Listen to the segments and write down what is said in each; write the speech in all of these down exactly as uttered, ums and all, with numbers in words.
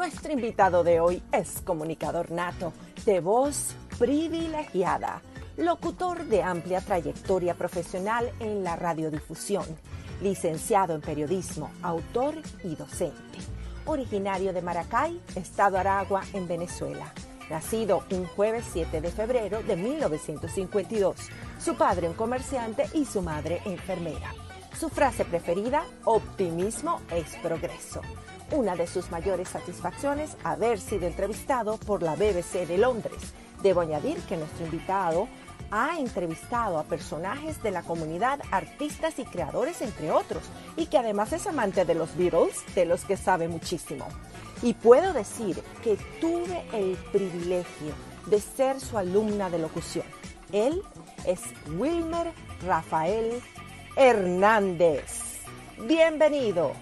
Nuestro invitado de hoy es comunicador nato, de voz privilegiada, locutor de amplia trayectoria profesional en la radiodifusión, licenciado en periodismo, autor y docente. Originario de Maracay, Estado Aragua, en Venezuela. Nacido un jueves siete de febrero de mil novecientos cincuenta y dos. Su padre un comerciante y su madre enfermera. Su frase preferida, optimismo es progreso. Una de sus mayores satisfacciones, haber sido entrevistado por la B B C de Londres. Debo añadir que nuestro invitado ha entrevistado a personajes de la comunidad, artistas y creadores, entre otros, y que además es amante de los Beatles, de los que sabe muchísimo. Y puedo decir que tuve el privilegio de ser su alumna de locución. Él es Wilmer Rafael Hernández. Bienvenido.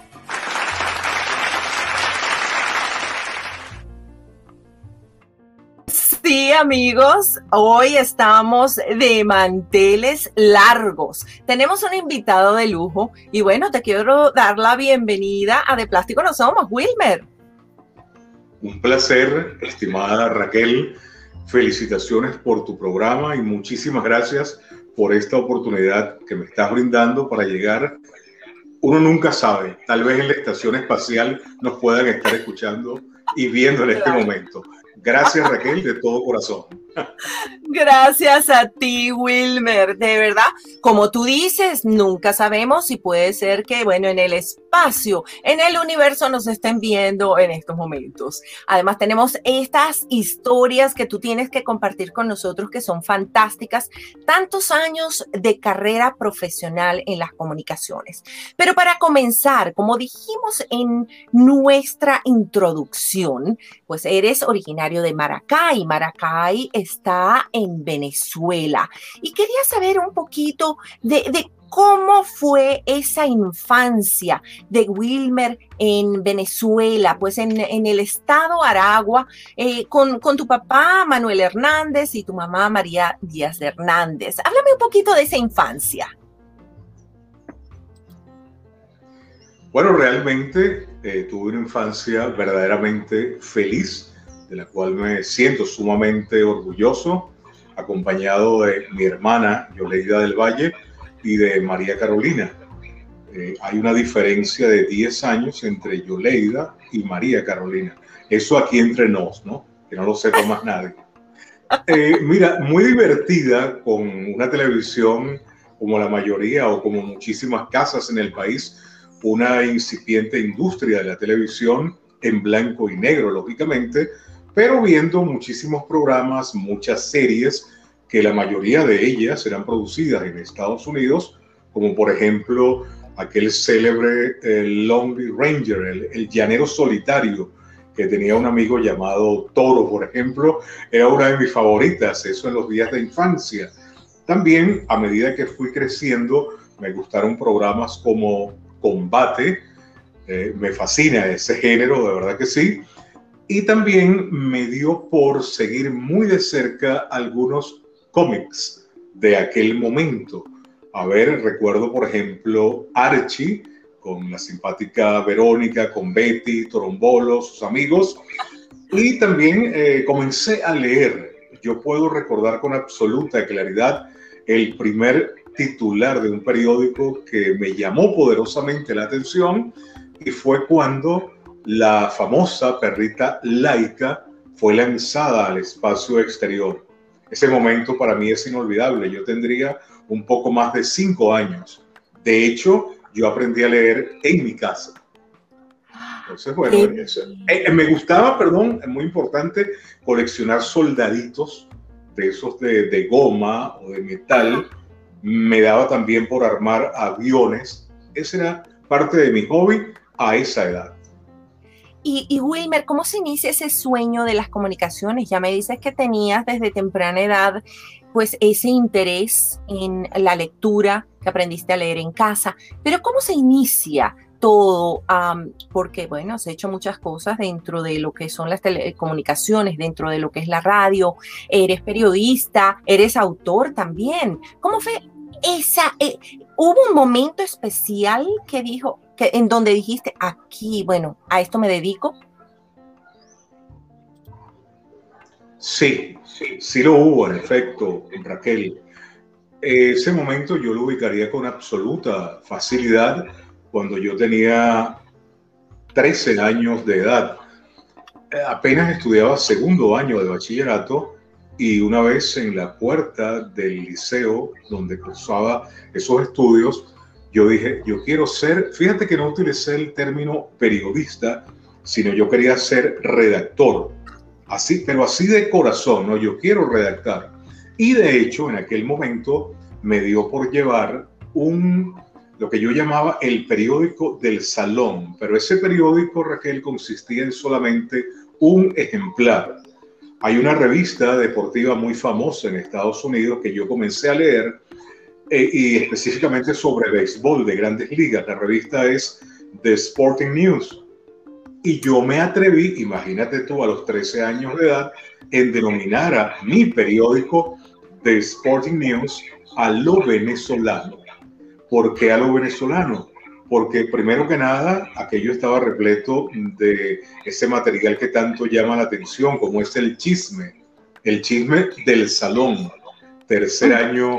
Sí, amigos, hoy estamos de manteles largos. Tenemos un invitado de lujo y bueno, te quiero dar la bienvenida a De Plástico No Somos, Wilmer. Un placer, estimada Raquel. Felicitaciones por tu programa y muchísimas gracias por esta oportunidad que me estás brindando para llegar. Uno nunca sabe, tal vez en la estación espacial nos puedan estar escuchando y viendo en este claro. momento. Gracias, Raquel, de todo corazón. Gracias a ti, Wilmer. De verdad, como tú dices, nunca sabemos si puede ser que, bueno, en el espacio, en el universo nos estén viendo en estos momentos. Además, tenemos estas historias que tú tienes que compartir con nosotros que son fantásticas. Tantos años de carrera profesional en las comunicaciones. Pero para comenzar, como dijimos en nuestra introducción, pues eres originario de Maracay. Maracay está en Venezuela. Y quería saber un poquito de, de cómo fue esa infancia de Wilmer en Venezuela, pues en, en el estado Aragua, eh, con, con tu papá Manuel Hernández y tu mamá María Díaz Hernández. Háblame un poquito de esa infancia. Bueno, realmente eh, tuve una infancia verdaderamente feliz, de la cual me siento sumamente orgulloso, acompañado de mi hermana Yoleida del Valle y de María Carolina. Eh, hay una diferencia de diez años entre Yoleida y María Carolina. Eso aquí entre nos, ¿no? Que no lo sepa más nadie. Eh, mira, muy divertida, con una televisión como la mayoría o como muchísimas casas en el país, una incipiente industria de la televisión en blanco y negro, lógicamente, pero viendo muchísimos programas, muchas series, que la mayoría de ellas eran producidas en Estados Unidos, como por ejemplo aquel célebre eh, Lone Ranger, el, el llanero solitario, que tenía un amigo llamado Toro, por ejemplo, era una de mis favoritas, eso en los días de infancia. También, a medida que fui creciendo, me gustaron programas como Combate, eh, me fascina ese género, de verdad que sí. Y también me dio por seguir muy de cerca algunos cómics de aquel momento. A ver, recuerdo por ejemplo Archie, con la simpática Verónica, con Betty, Torombolo, sus amigos. Y también eh, comencé a leer. Yo puedo recordar con absoluta claridad el primer titular de un periódico que me llamó poderosamente la atención, y fue cuando la famosa perrita Laika fue lanzada al espacio exterior. Ese momento para mí es inolvidable. Yo tendría un poco más de cinco años. De hecho, yo aprendí a leer en mi casa. Entonces, bueno, eso. Eh, me gustaba, perdón, es muy importante, coleccionar soldaditos de esos de, de goma o de metal. Me daba también por armar aviones. Ese era parte de mi hobby a esa edad. Y, y Wilmer, ¿cómo se inicia ese sueño de las comunicaciones? Ya me dices que tenías desde temprana edad pues ese interés en la lectura, que aprendiste a leer en casa, pero ¿cómo se inicia todo? Um, porque, bueno, has hecho muchas cosas dentro de lo que son las telecomunicaciones, dentro de lo que es la radio, eres periodista, eres autor también. ¿Cómo fue esa? Eh, ¿Hubo un momento especial que dijo, que, en donde dijiste, aquí, bueno, a esto me dedico? Sí, sí, sí lo hubo, en efecto, Raquel. Ese momento yo lo ubicaría con absoluta facilidad cuando yo tenía trece años de edad. Apenas estudiaba segundo año de bachillerato y una vez en la puerta del liceo donde cursaba esos estudios, yo dije, yo quiero ser, fíjate que no utilicé el término periodista, sino yo quería ser redactor, así, pero así de corazón, ¿no? Yo quiero redactar. Y de hecho, en aquel momento me dio por llevar un, lo que yo llamaba el periódico del salón, pero ese periódico, Raquel, consistía en solamente un ejemplar. Hay una revista deportiva muy famosa en Estados Unidos que yo comencé a leer eh, y específicamente sobre béisbol de Grandes Ligas. La revista es The Sporting News. Y yo me atreví, imagínate tú, a los trece años de edad, en denominar a mi periódico The Sporting News a lo venezolano. ¿Por qué a lo venezolano? Porque primero que nada, aquello estaba repleto de ese material que tanto llama la atención, como es el chisme, el chisme del salón. Tercer año,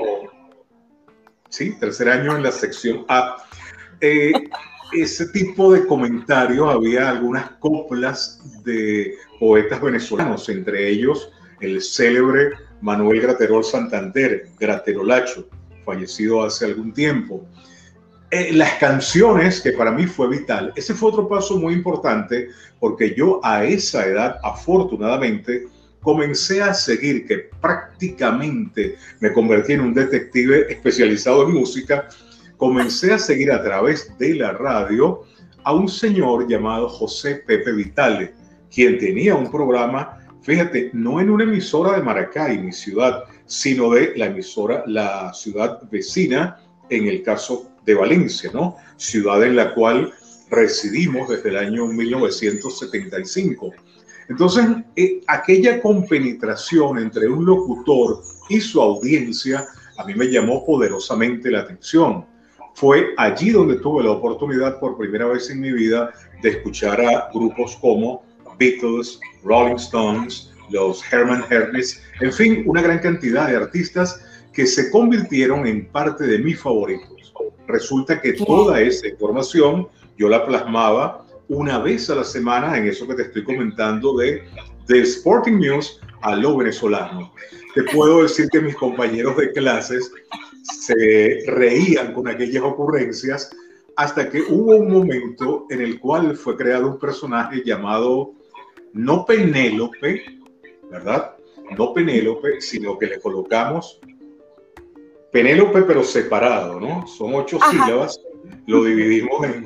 sí, tercer año en la sección A. Eh, ese tipo de comentarios, había algunas coplas de poetas venezolanos, entre ellos el célebre Manuel Graterol Santander, Graterolacho, fallecido hace algún tiempo. Eh, las canciones, que para mí fue vital. Ese fue otro paso muy importante, porque yo a esa edad, afortunadamente, comencé a seguir, que prácticamente me convertí en un detective especializado en música, comencé a seguir a través de la radio a un señor llamado José Pepe Vitale, quien tenía un programa, fíjate, no en una emisora de Maracay, mi ciudad, sino de la emisora, la ciudad vecina, en el caso de Valencia, ¿no? Ciudad en la cual residimos desde el año mil novecientos setenta y cinco. Entonces, eh, aquella compenetración entre un locutor y su audiencia a mí me llamó poderosamente la atención. Fue allí donde tuve la oportunidad por primera vez en mi vida de escuchar a grupos como Beatles, Rolling Stones, los Herman Hermes, en fin, una gran cantidad de artistas que se convirtieron en parte de mis favoritos. Resulta que toda esa información yo la plasmaba una vez a la semana en eso que te estoy comentando de The Sporting News a lo venezolano. Te puedo decir que mis compañeros de clases se reían con aquellas ocurrencias hasta que hubo un momento en el cual fue creado un personaje llamado no Penélope, ¿verdad? No Penélope, sino que le colocamos Penélope, pero separado, ¿no? Son ocho Ajá. sílabas, lo dividimos en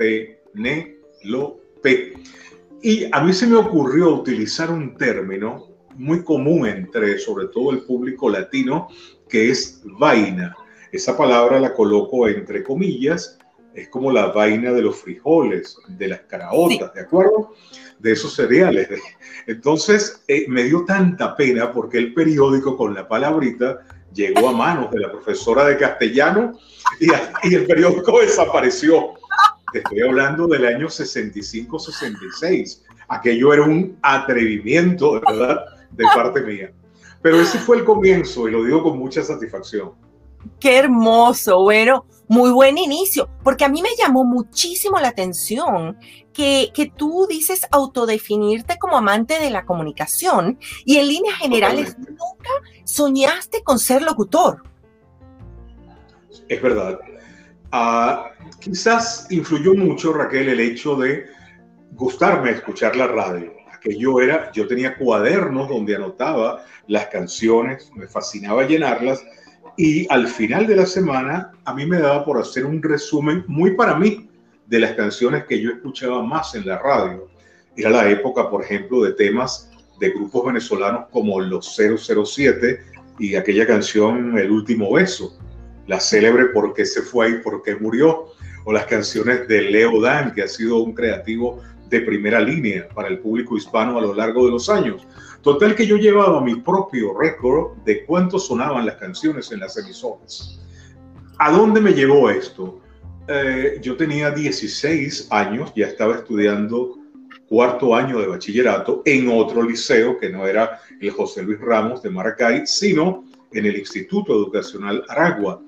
Penélope. Y a mí se me ocurrió utilizar un término muy común entre, sobre todo, el público latino, que es vaina. Esa palabra la coloco entre comillas, es como la vaina de los frijoles, de las caraotas, sí. ¿De acuerdo? De esos cereales. Entonces, eh, me dio tanta pena porque el periódico con la palabrita llegó a manos de la profesora de castellano y, y el periódico desapareció. Te estoy hablando del año sesenta y cinco sesenta y seis. Aquello era un atrevimiento, de verdad, de parte mía. Pero ese fue el comienzo y lo digo con mucha satisfacción. Qué hermoso, bueno, muy buen inicio, porque a mí me llamó muchísimo la atención que, que tú dices autodefinirte como amante de la comunicación y en líneas generales Totalmente. Nunca soñaste con ser locutor. Es verdad. Uh, quizás influyó mucho, Raquel, el hecho de gustarme escuchar la radio. Aquello era, yo tenía cuadernos donde anotaba las canciones, me fascinaba llenarlas. Y al final de la semana, a mí me daba por hacer un resumen muy para mí de las canciones que yo escuchaba más en la radio. Era la época, por ejemplo, de temas de grupos venezolanos como los cero cero siete y aquella canción El Último Beso, la célebre ¿Por qué se fue y por qué murió? O las canciones de Leo Dan, que ha sido un creativo de primera línea para el público hispano a lo largo de los años. Total que yo llevaba mi propio récord de cuánto sonaban las canciones en las emisoras. ¿A dónde me llevó esto? Eh, yo tenía dieciséis años, ya estaba estudiando cuarto año de bachillerato en otro liceo que no era el José Luis Ramos de Maracay, sino en el Instituto Educacional Aragua.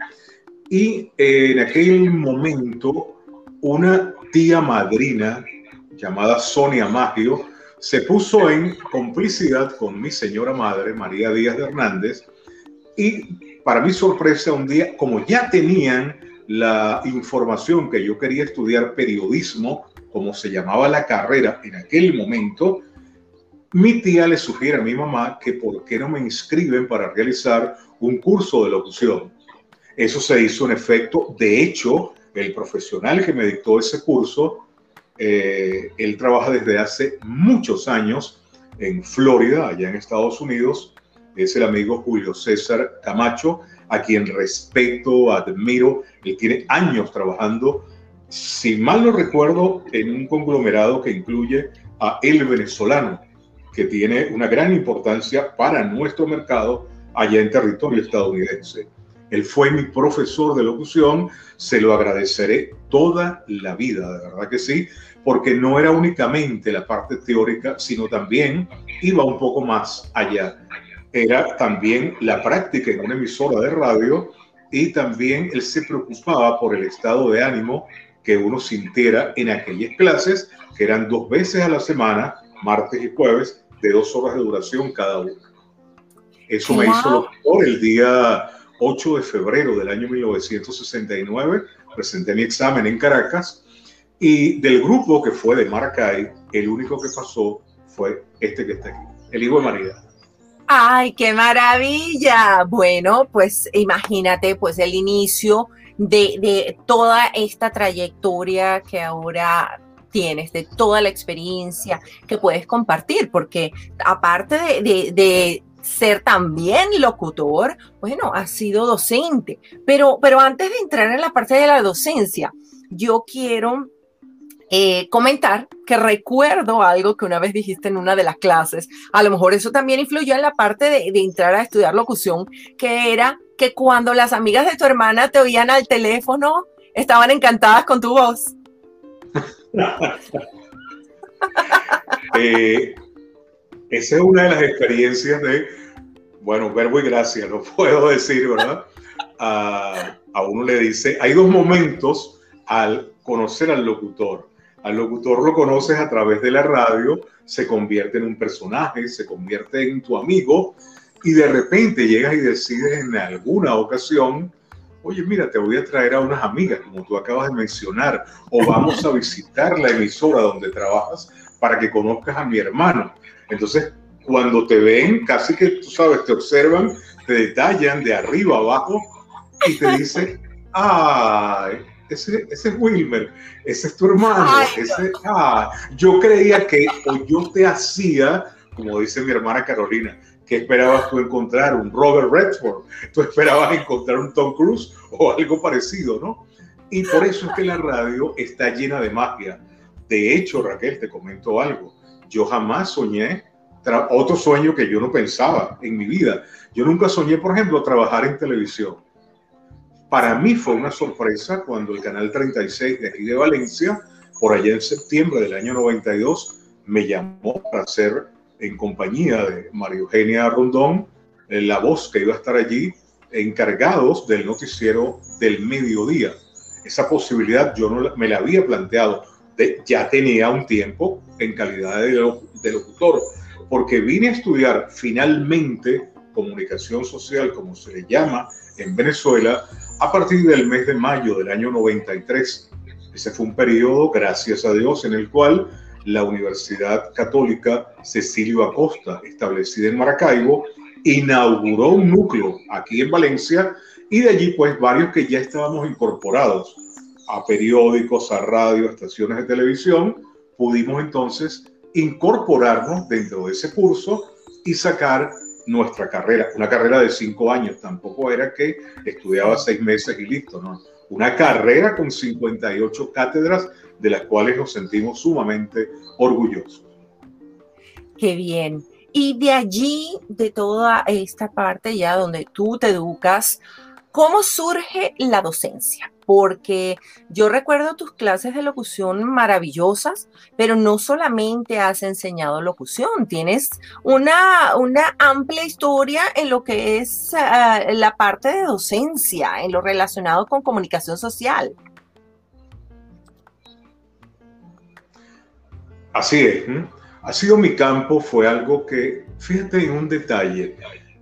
Y eh, en aquel momento una tía madrina llamada Sonia Maggio se puso en complicidad con mi señora madre, María Díaz de Hernández, y para mi sorpresa un día, como ya tenían la información que yo quería estudiar periodismo, como se llamaba la carrera en aquel momento, mi tía le sugiere a mi mamá que por qué no me inscriben para realizar un curso de locución. Eso se hizo en efecto. De hecho, el profesional que me dictó ese curso, eh, él trabaja desde hace muchos años en Florida, allá en Estados Unidos. Es el amigo Julio César Camacho, a quien respeto, admiro. Él tiene años trabajando, si mal no recuerdo, en un conglomerado que incluye a El Venezolano, que tiene una gran importancia para nuestro mercado allá en territorio estadounidense. Él fue mi profesor de locución, se lo agradeceré toda la vida, de verdad que sí, porque no era únicamente la parte teórica, sino también iba un poco más allá. Era también la práctica en una emisora de radio y también él se preocupaba por el estado de ánimo que uno sintiera en aquellas clases, que eran dos veces a la semana, martes y jueves, de dos horas de duración cada una. Eso me hizo locutor el día ocho de febrero del año mil novecientos sesenta y nueve. Presenté mi examen en Caracas y del grupo que fue de Maracay, el único que pasó fue este que está aquí, el hijo de María. ¡Ay, qué maravilla! Bueno, pues imagínate pues el inicio de, de toda esta trayectoria que ahora tienes, de toda la experiencia que puedes compartir, porque aparte de, de, de ser también locutor, bueno, has sido docente. Pero, pero antes de entrar en la parte de la docencia, yo quiero eh, comentar que recuerdo algo que una vez dijiste en una de las clases. A lo mejor eso también influyó en la parte de, de entrar a estudiar locución, que era que cuando las amigas de tu hermana te oían al teléfono, estaban encantadas con tu voz. eh, esa es una de las experiencias de, bueno, verbo y gracia, no puedo decir, ¿verdad? A, a uno le dice, hay dos momentos al conocer al locutor. Al locutor lo conoces a través de la radio, se convierte en un personaje, se convierte en tu amigo y de repente llegas y decides en alguna ocasión, oye, mira, te voy a traer a unas amigas, como tú acabas de mencionar, o vamos a visitar la emisora donde trabajas para que conozcas a mi hermano. Entonces, cuando te ven, casi que, tú sabes, te observan, te detallan de arriba abajo y te dicen, ay, ese, ese es Wilmer, ese es tu hermano, ay, ese, ah, yo creía que, o yo te hacía, como dice mi hermana Carolina, que esperabas tú encontrar un Robert Redford, tú esperabas encontrar un Tom Cruise o algo parecido, ¿no? Y por eso es que la radio está llena de magia. De hecho, Raquel, te comento algo, yo jamás soñé, otro sueño que yo no pensaba en mi vida, yo nunca soñé, por ejemplo, trabajar en televisión. Para mí fue una sorpresa cuando el Canal treinta y seis de aquí de Valencia, por allá en septiembre del año noventa y dos, me llamó para hacer, en compañía de María Eugenia Rondón, la voz que iba a estar allí, encargados del noticiero del mediodía. Esa posibilidad yo no me la había planteado, de, ya tenía un tiempo en calidad de, de locutor, porque vine a estudiar finalmente comunicación social, como se le llama en Venezuela, a partir del mes de mayo del año noventa y tres. Ese fue un periodo, gracias a Dios, en el cual la Universidad Católica Cecilio Acosta, establecida en Maracaibo, inauguró un núcleo aquí en Valencia y de allí pues varios que ya estábamos incorporados a periódicos, a radio, a estaciones de televisión, pudimos entonces incorporarnos dentro de ese curso y sacar nuestra carrera, una carrera de cinco años, tampoco era que estudiaba seis meses y listo, ¿no? Una carrera con cincuenta y ocho cátedras de las cuales nos sentimos sumamente orgullosos. Qué bien. Y de allí, de toda esta parte ya donde tú te educas, ¿cómo surge la docencia? porque yo recuerdo tus clases de locución maravillosas, pero no solamente has enseñado locución, tienes una, una amplia historia en lo que es uh, la parte de docencia, en lo relacionado con comunicación social. Así es, ¿eh? Ha sido mi campo, fue algo que, fíjate en un detalle,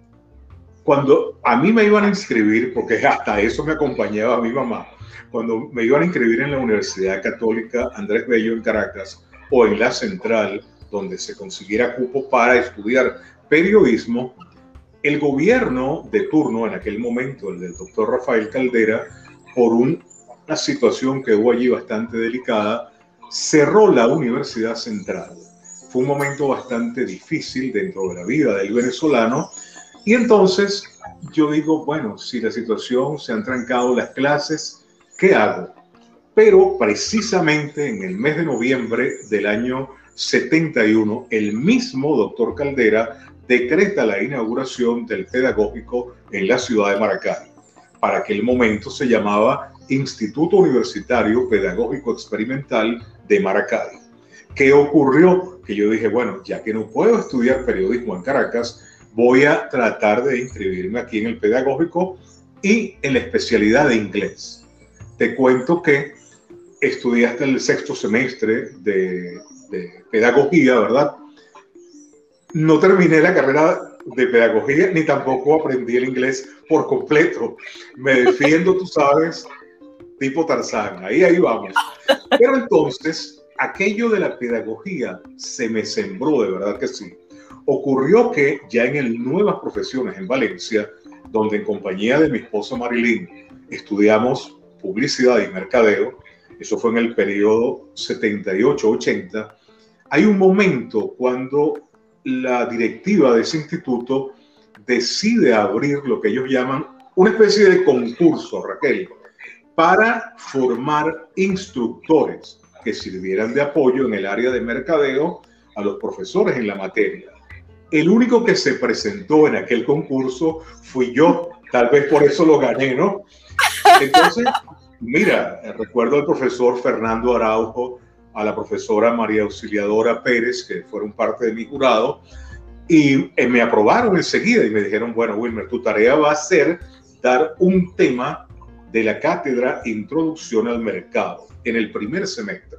cuando a mí me iban a inscribir, porque hasta eso me acompañaba mi mamá, cuando me iban a inscribir en la Universidad Católica Andrés Bello en Caracas o en la Central, donde se consiguiera cupo para estudiar periodismo, el gobierno de turno en aquel momento, el del doctor Rafael Caldera, por un, una situación que hubo allí bastante delicada, cerró la Universidad Central. Fue un momento bastante difícil dentro de la vida del venezolano. Y entonces yo digo, bueno, si la situación se han trancado las clases, ¿qué hago? Pero precisamente en el mes de noviembre del año setenta y uno, el mismo doctor Caldera decreta la inauguración del pedagógico en la ciudad de Maracay. Para aquel momento se llamaba Instituto Universitario Pedagógico Experimental de Maracay. ¿Qué ocurrió? Que yo dije, bueno, ya que no puedo estudiar periodismo en Caracas, voy a tratar de inscribirme aquí en el pedagógico y en la especialidad de inglés. Te cuento que estudié hasta el sexto semestre de, de pedagogía, ¿verdad? No terminé la carrera de pedagogía ni tampoco aprendí el inglés por completo. Me defiendo, tú sabes, tipo Tarzán. Ahí, ahí vamos. Pero entonces, aquello de la pedagogía se me sembró, de verdad que sí. Ocurrió que ya en el Nuevas Profesiones en Valencia, donde en compañía de mi esposa Marilyn estudiamos publicidad y mercadeo, eso fue en el periodo setenta y ocho ochenta, hay un momento cuando la directiva de ese instituto decide abrir lo que ellos llaman una especie de concurso, Raquel, para formar instructores que sirvieran de apoyo en el área de mercadeo a los profesores en la materia. El único que se presentó en aquel concurso fui yo, tal vez por eso lo gané, ¿no? Entonces, mira, recuerdo al profesor Fernando Araujo, a la profesora María Auxiliadora Pérez, que fueron parte de mi jurado, y eh, me aprobaron enseguida y me dijeron, bueno, Wilmer, tu tarea va a ser dar un tema de la cátedra Introducción al Mercado en el primer semestre.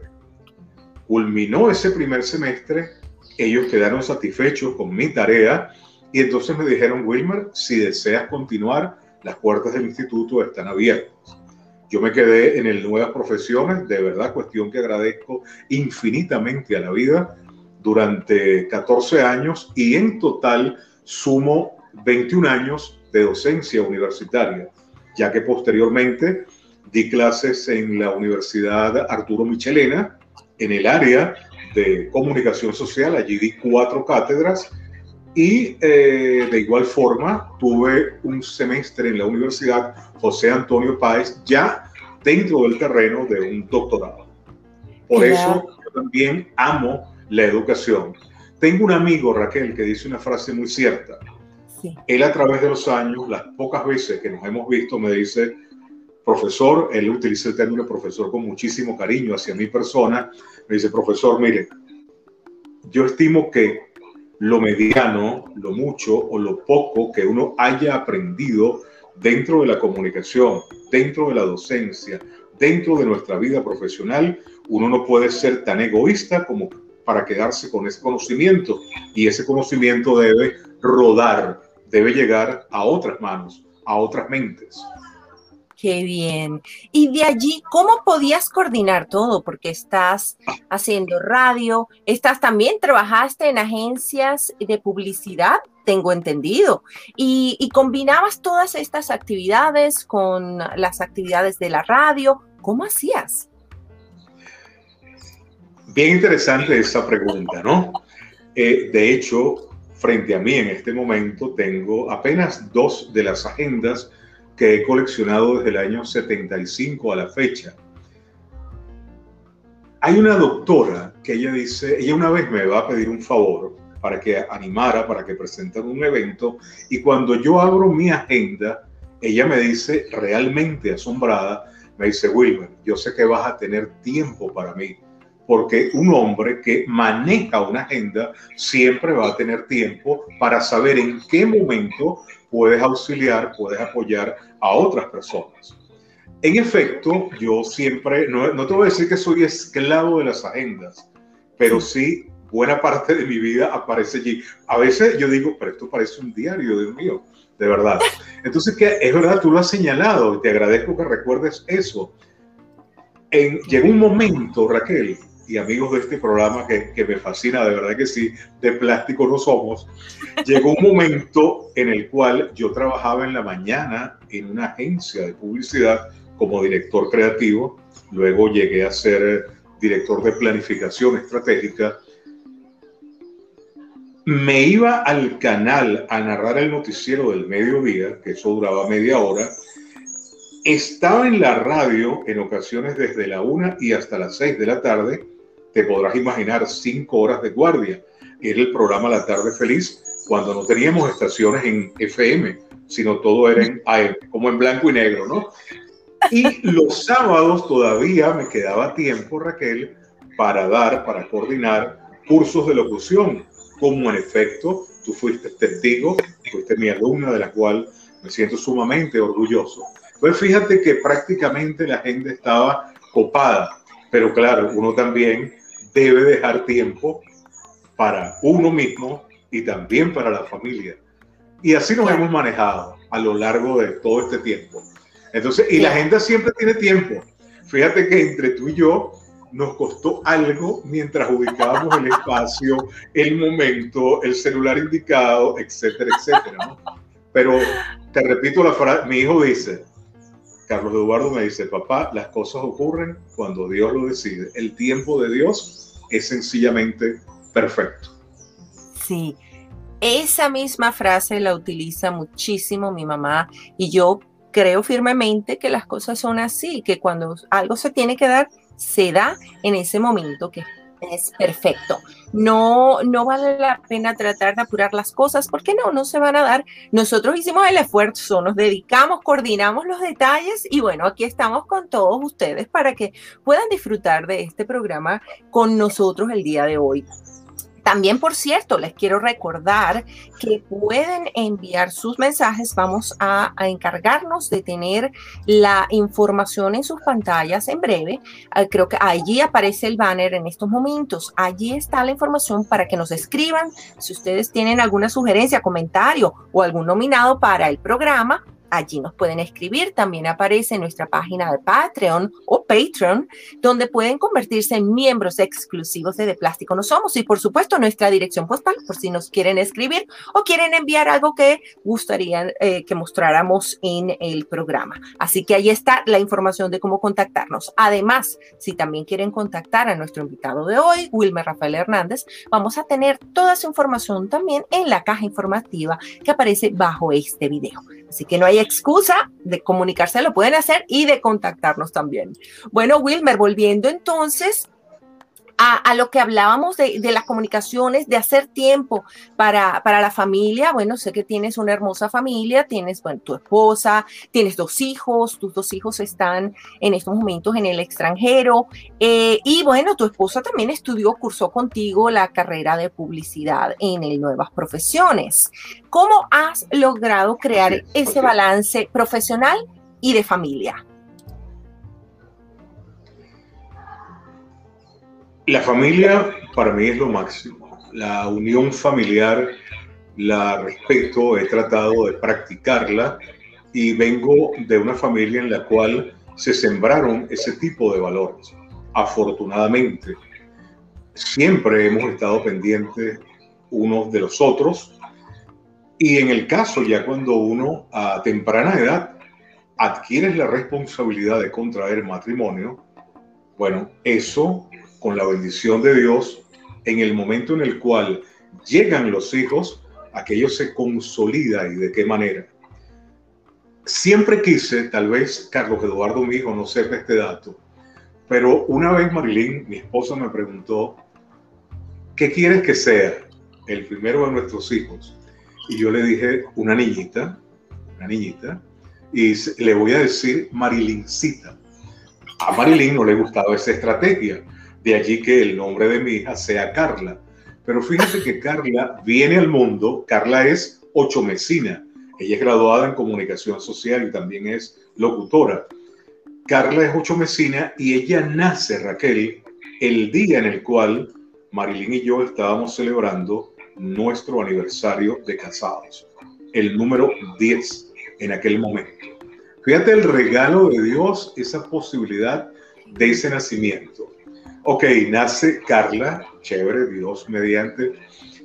Culminó ese primer semestre, ellos quedaron satisfechos con mi tarea y entonces me dijeron, Wilmer, si deseas continuar, las puertas del instituto están abiertas. Yo me quedé en el Nuevas Profesiones, de verdad, cuestión que agradezco infinitamente a la vida, durante catorce años y en total sumo veintiún años de docencia universitaria, ya que posteriormente di clases en la Universidad Arturo Michelena, en el área de comunicación social, allí di cuatro cátedras y eh, de igual forma tuve un semestre en la Universidad José Antonio Páez, ya dentro del terreno de un doctorado. Por yeah. eso yo también amo la educación. Tengo un amigo, Raquel, que dice una frase muy cierta. Sí. Él a través de los años, las pocas veces que nos hemos visto, me dice, profesor, él utiliza el término profesor con muchísimo cariño hacia mi persona, me dice, profesor, mire, yo estimo que lo mediano, lo mucho o lo poco que uno haya aprendido dentro de la comunicación, dentro de la docencia, dentro de nuestra vida profesional, uno no puede ser tan egoísta como para quedarse con ese conocimiento, y ese conocimiento debe rodar, debe llegar a otras manos, a otras mentes. Qué bien. Y de allí, ¿cómo podías coordinar todo? Porque estás haciendo radio, estás también, trabajaste en agencias de publicidad, tengo entendido, y, y combinabas todas estas actividades con las actividades de la radio. ¿Cómo hacías? Bien interesante esa pregunta, ¿no? Eh, de hecho, frente a mí en este momento tengo apenas dos de las agendas que he coleccionado desde el año setenta y cinco a la fecha. Hay una doctora que ella dice, ella una vez me va a pedir un favor para que animara, para que presentara un evento, y cuando yo abro mi agenda, ella me dice, realmente asombrada, me dice, Wilmer, yo sé que vas a tener tiempo para mí, porque un hombre que maneja una agenda siempre va a tener tiempo para saber en qué momento puedes auxiliar, puedes apoyar a otras personas. En efecto, yo siempre, no, no te voy a decir que soy esclavo de las agendas, pero sí buena parte de mi vida aparece allí. A veces yo digo, pero esto parece un diario, Dios mío, de verdad. Entonces, que es verdad, tú lo has señalado, y te agradezco que recuerdes eso. En, llegó un momento, Raquel, y amigos de este programa que, que me fascina, de verdad que sí, de plástico no somos, llegó un momento en el cual yo trabajaba en la mañana en una agencia de publicidad como director creativo, luego llegué a ser director de planificación estratégica. Me iba al canal a narrar el noticiero del mediodía, que eso duraba media hora. Estaba en la radio en ocasiones desde la una y hasta las seis de la tarde. Te podrás imaginar cinco horas de guardia. Era el programa La Tarde Feliz, cuando no teníamos estaciones en F M, sino todo era en A M, como en blanco y negro, ¿no? Y los sábados todavía me quedaba tiempo, Raquel, para dar, para coordinar cursos de locución, como en efecto tú fuiste testigo, fuiste mi alumna, de la cual me siento sumamente orgulloso. Pues fíjate que prácticamente la agenda estaba copada, pero claro, uno también debe dejar tiempo para uno mismo y también para la familia. Y así nos hemos manejado a lo largo de todo este tiempo. Entonces, y la agenda siempre tiene tiempo. Fíjate que entre tú y yo nos costó algo mientras ubicábamos el espacio, el momento, el celular indicado, etcétera, etcétera, ¿no? Pero te repito la frase, mi hijo dice, Carlos Eduardo me dice, papá, las cosas ocurren cuando Dios lo decide. El tiempo de Dios es sencillamente perfecto. Sí, esa misma frase la utiliza muchísimo mi mamá y yo creo firmemente que las cosas son así, que cuando algo se tiene que dar, se da en ese momento que es perfecto. No, no vale la pena tratar de apurar las cosas porque no, no se van a dar. Nosotros hicimos el esfuerzo, nos dedicamos, coordinamos los detalles y bueno, aquí estamos con todos ustedes para que puedan disfrutar de este programa con nosotros el día de hoy. También, por cierto, les quiero recordar que pueden enviar sus mensajes. Vamos a, a encargarnos de tener la información en sus pantallas en breve. Uh, creo que allí aparece el banner en estos momentos. Allí está la información para que nos escriban. Si ustedes tienen alguna sugerencia, comentario o algún nominado para el programa, allí nos pueden escribir. También aparece en nuestra página de Patreon o Patreon, donde pueden convertirse en miembros exclusivos de De Plástico No Somos. Y por supuesto, nuestra dirección postal, por si nos quieren escribir o quieren enviar algo que gustarían eh, que mostráramos en el programa. Así que ahí está la información de cómo contactarnos. Además, si también quieren contactar a nuestro invitado de hoy, Wilmer Rafael Hernández, vamos a tener toda su información también en la caja informativa que aparece bajo este video. Así que no hay excusa de comunicarse, lo pueden hacer y de contactarnos también. Bueno, Wilmer, volviendo entonces a, a lo que hablábamos de, de las comunicaciones, de hacer tiempo para, para la familia. Bueno, sé que tienes una hermosa familia, tienes, bueno, tu esposa, tienes dos hijos, tus dos hijos están en estos momentos en el extranjero eh, y bueno, tu esposa también estudió, cursó contigo la carrera de publicidad en el Nuevas Profesiones. ¿Cómo has logrado crear ese balance profesional y de familia? La familia para mí es lo máximo. La unión familiar la respeto, he tratado de practicarla y vengo de una familia en la cual se sembraron ese tipo de valores. Afortunadamente, siempre hemos estado pendientes unos de los otros y en el caso ya cuando uno a temprana edad adquiere la responsabilidad de contraer matrimonio, bueno, eso con la bendición de Dios, en el momento en el cual llegan los hijos, aquello se consolida. ¿Y de qué manera? Siempre quise, tal vez Carlos Eduardo, mi hijo, no sepa este dato, pero una vez Marilyn, mi esposa, me preguntó, ¿qué quieres que sea el primero de nuestros hijos? Y yo le dije, una niñita, una niñita, y le voy a decir Marilyncita. A Marilyn no le gustaba esa estrategia, de allí que el nombre de mi hija sea Carla. Pero fíjate que Carla viene al mundo, Carla es ochomecina, ella es graduada en comunicación social y también es locutora. Carla es ochomecina y ella nace, Raquel, el día en el cual Marilyn y yo estábamos celebrando nuestro aniversario de casados, el número diez en aquel momento. Fíjate el regalo de Dios, esa posibilidad de ese nacimiento. Ok, nace Carla, chévere, Dios mediante,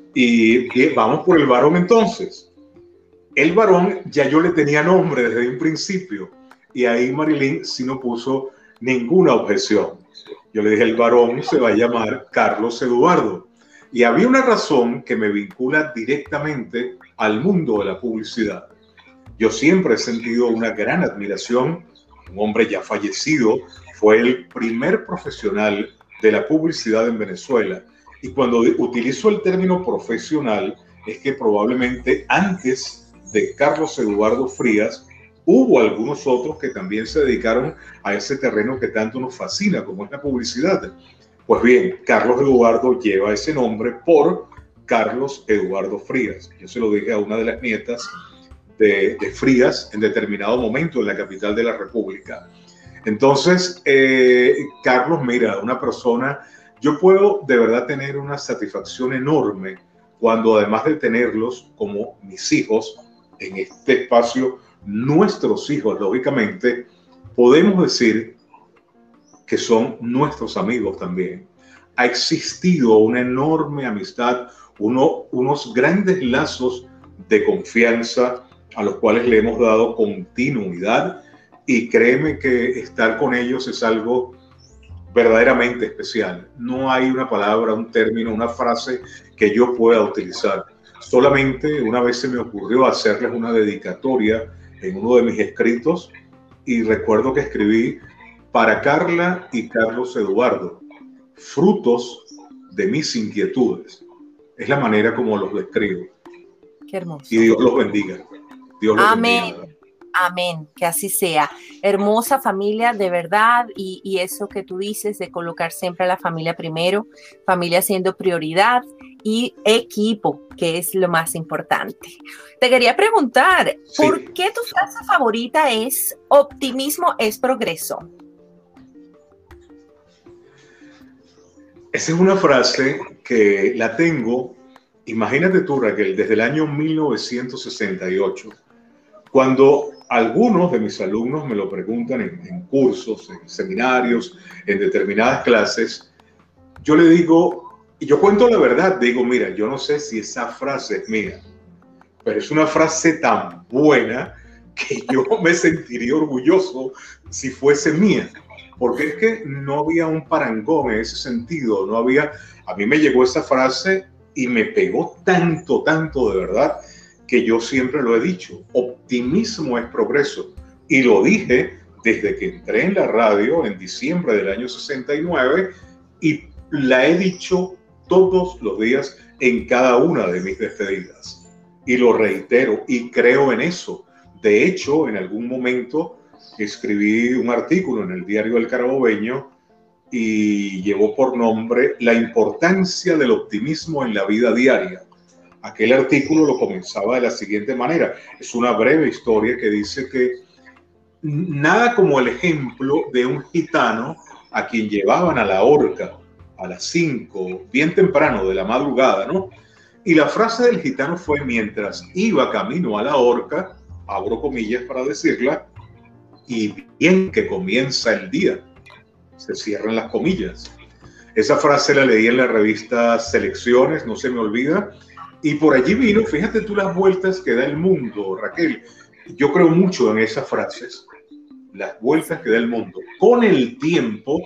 y, y vamos por el varón entonces. El varón ya yo le tenía nombre desde un principio, y ahí Marilyn sí no puso ninguna objeción. Yo le dije, el varón se va a llamar Carlos Eduardo. Y había una razón que me vincula directamente al mundo de la publicidad. Yo siempre he sentido una gran admiración. Un hombre ya fallecido, fue el primer profesional de la publicidad en Venezuela. Y cuando utilizo el término profesional, es que probablemente antes de Carlos Eduardo Frías, hubo algunos otros que también se dedicaron a ese terreno que tanto nos fascina, como es la publicidad. Pues bien, Carlos Eduardo lleva ese nombre por Carlos Eduardo Frías. Yo se lo dije a una de las nietas de, de Frías en determinado momento en la capital de la República. Entonces, eh, Carlos, mira, una persona, yo puedo de verdad tener una satisfacción enorme cuando además de tenerlos como mis hijos en este espacio, nuestros hijos, lógicamente, podemos decir que son nuestros amigos también. Ha existido una enorme amistad, uno, unos grandes lazos de confianza a los cuales le hemos dado continuidad, y créeme que estar con ellos es algo verdaderamente especial. No hay una palabra, un término, una frase que yo pueda utilizar. Solamente una vez se me ocurrió hacerles una dedicatoria en uno de mis escritos, y recuerdo que escribí: para Carla y Carlos Eduardo, frutos de mis inquietudes. Es la manera como los describo. Qué hermoso. Y Dios los bendiga. Dios los Amén. bendiga. Amén, que así sea. Hermosa familia, de verdad, y, y eso que tú dices de colocar siempre a la familia primero, familia siendo prioridad y equipo, que es lo más importante. Te quería preguntar, sí. ¿Por qué tu frase favorita es optimismo es progreso? Esa es una frase que la tengo, imagínate tú, Raquel, desde el año mil novecientos sesenta y ocho, cuando algunos de mis alumnos me lo preguntan en, en cursos, en seminarios, en determinadas clases, yo le digo, y yo cuento la verdad, digo, mira, yo no sé si esa frase es mía, pero es una frase tan buena que yo me sentiría orgulloso si fuese mía, porque es que no había un parangón en ese sentido, no había, a mí me llegó esa frase y me pegó tanto, tanto de verdad, que yo siempre lo he dicho, optimismo es progreso. Y lo dije desde que entré en la radio en diciembre del año sesenta y nueve, y la he dicho todos los días en cada una de mis despedidas. Y lo reitero y creo en eso. De hecho, en algún momento escribí un artículo en el diario El Carabobeño y llevó por nombre La importancia del optimismo en la vida diaria. Aquel artículo lo comenzaba de la siguiente manera. Es una breve historia que dice que nada como el ejemplo de un gitano a quien llevaban a la horca a las cinco, bien temprano de la madrugada, ¿no? Y la frase del gitano fue: mientras iba camino a la horca, abro comillas para decirla, y bien que comienza el día, se cierran las comillas. Esa frase la leí en la revista Selecciones, no se me olvida. Y por allí vino, fíjate tú las vueltas que da el mundo, Raquel. Yo creo mucho en esas frases, las vueltas que da el mundo. Con el tiempo,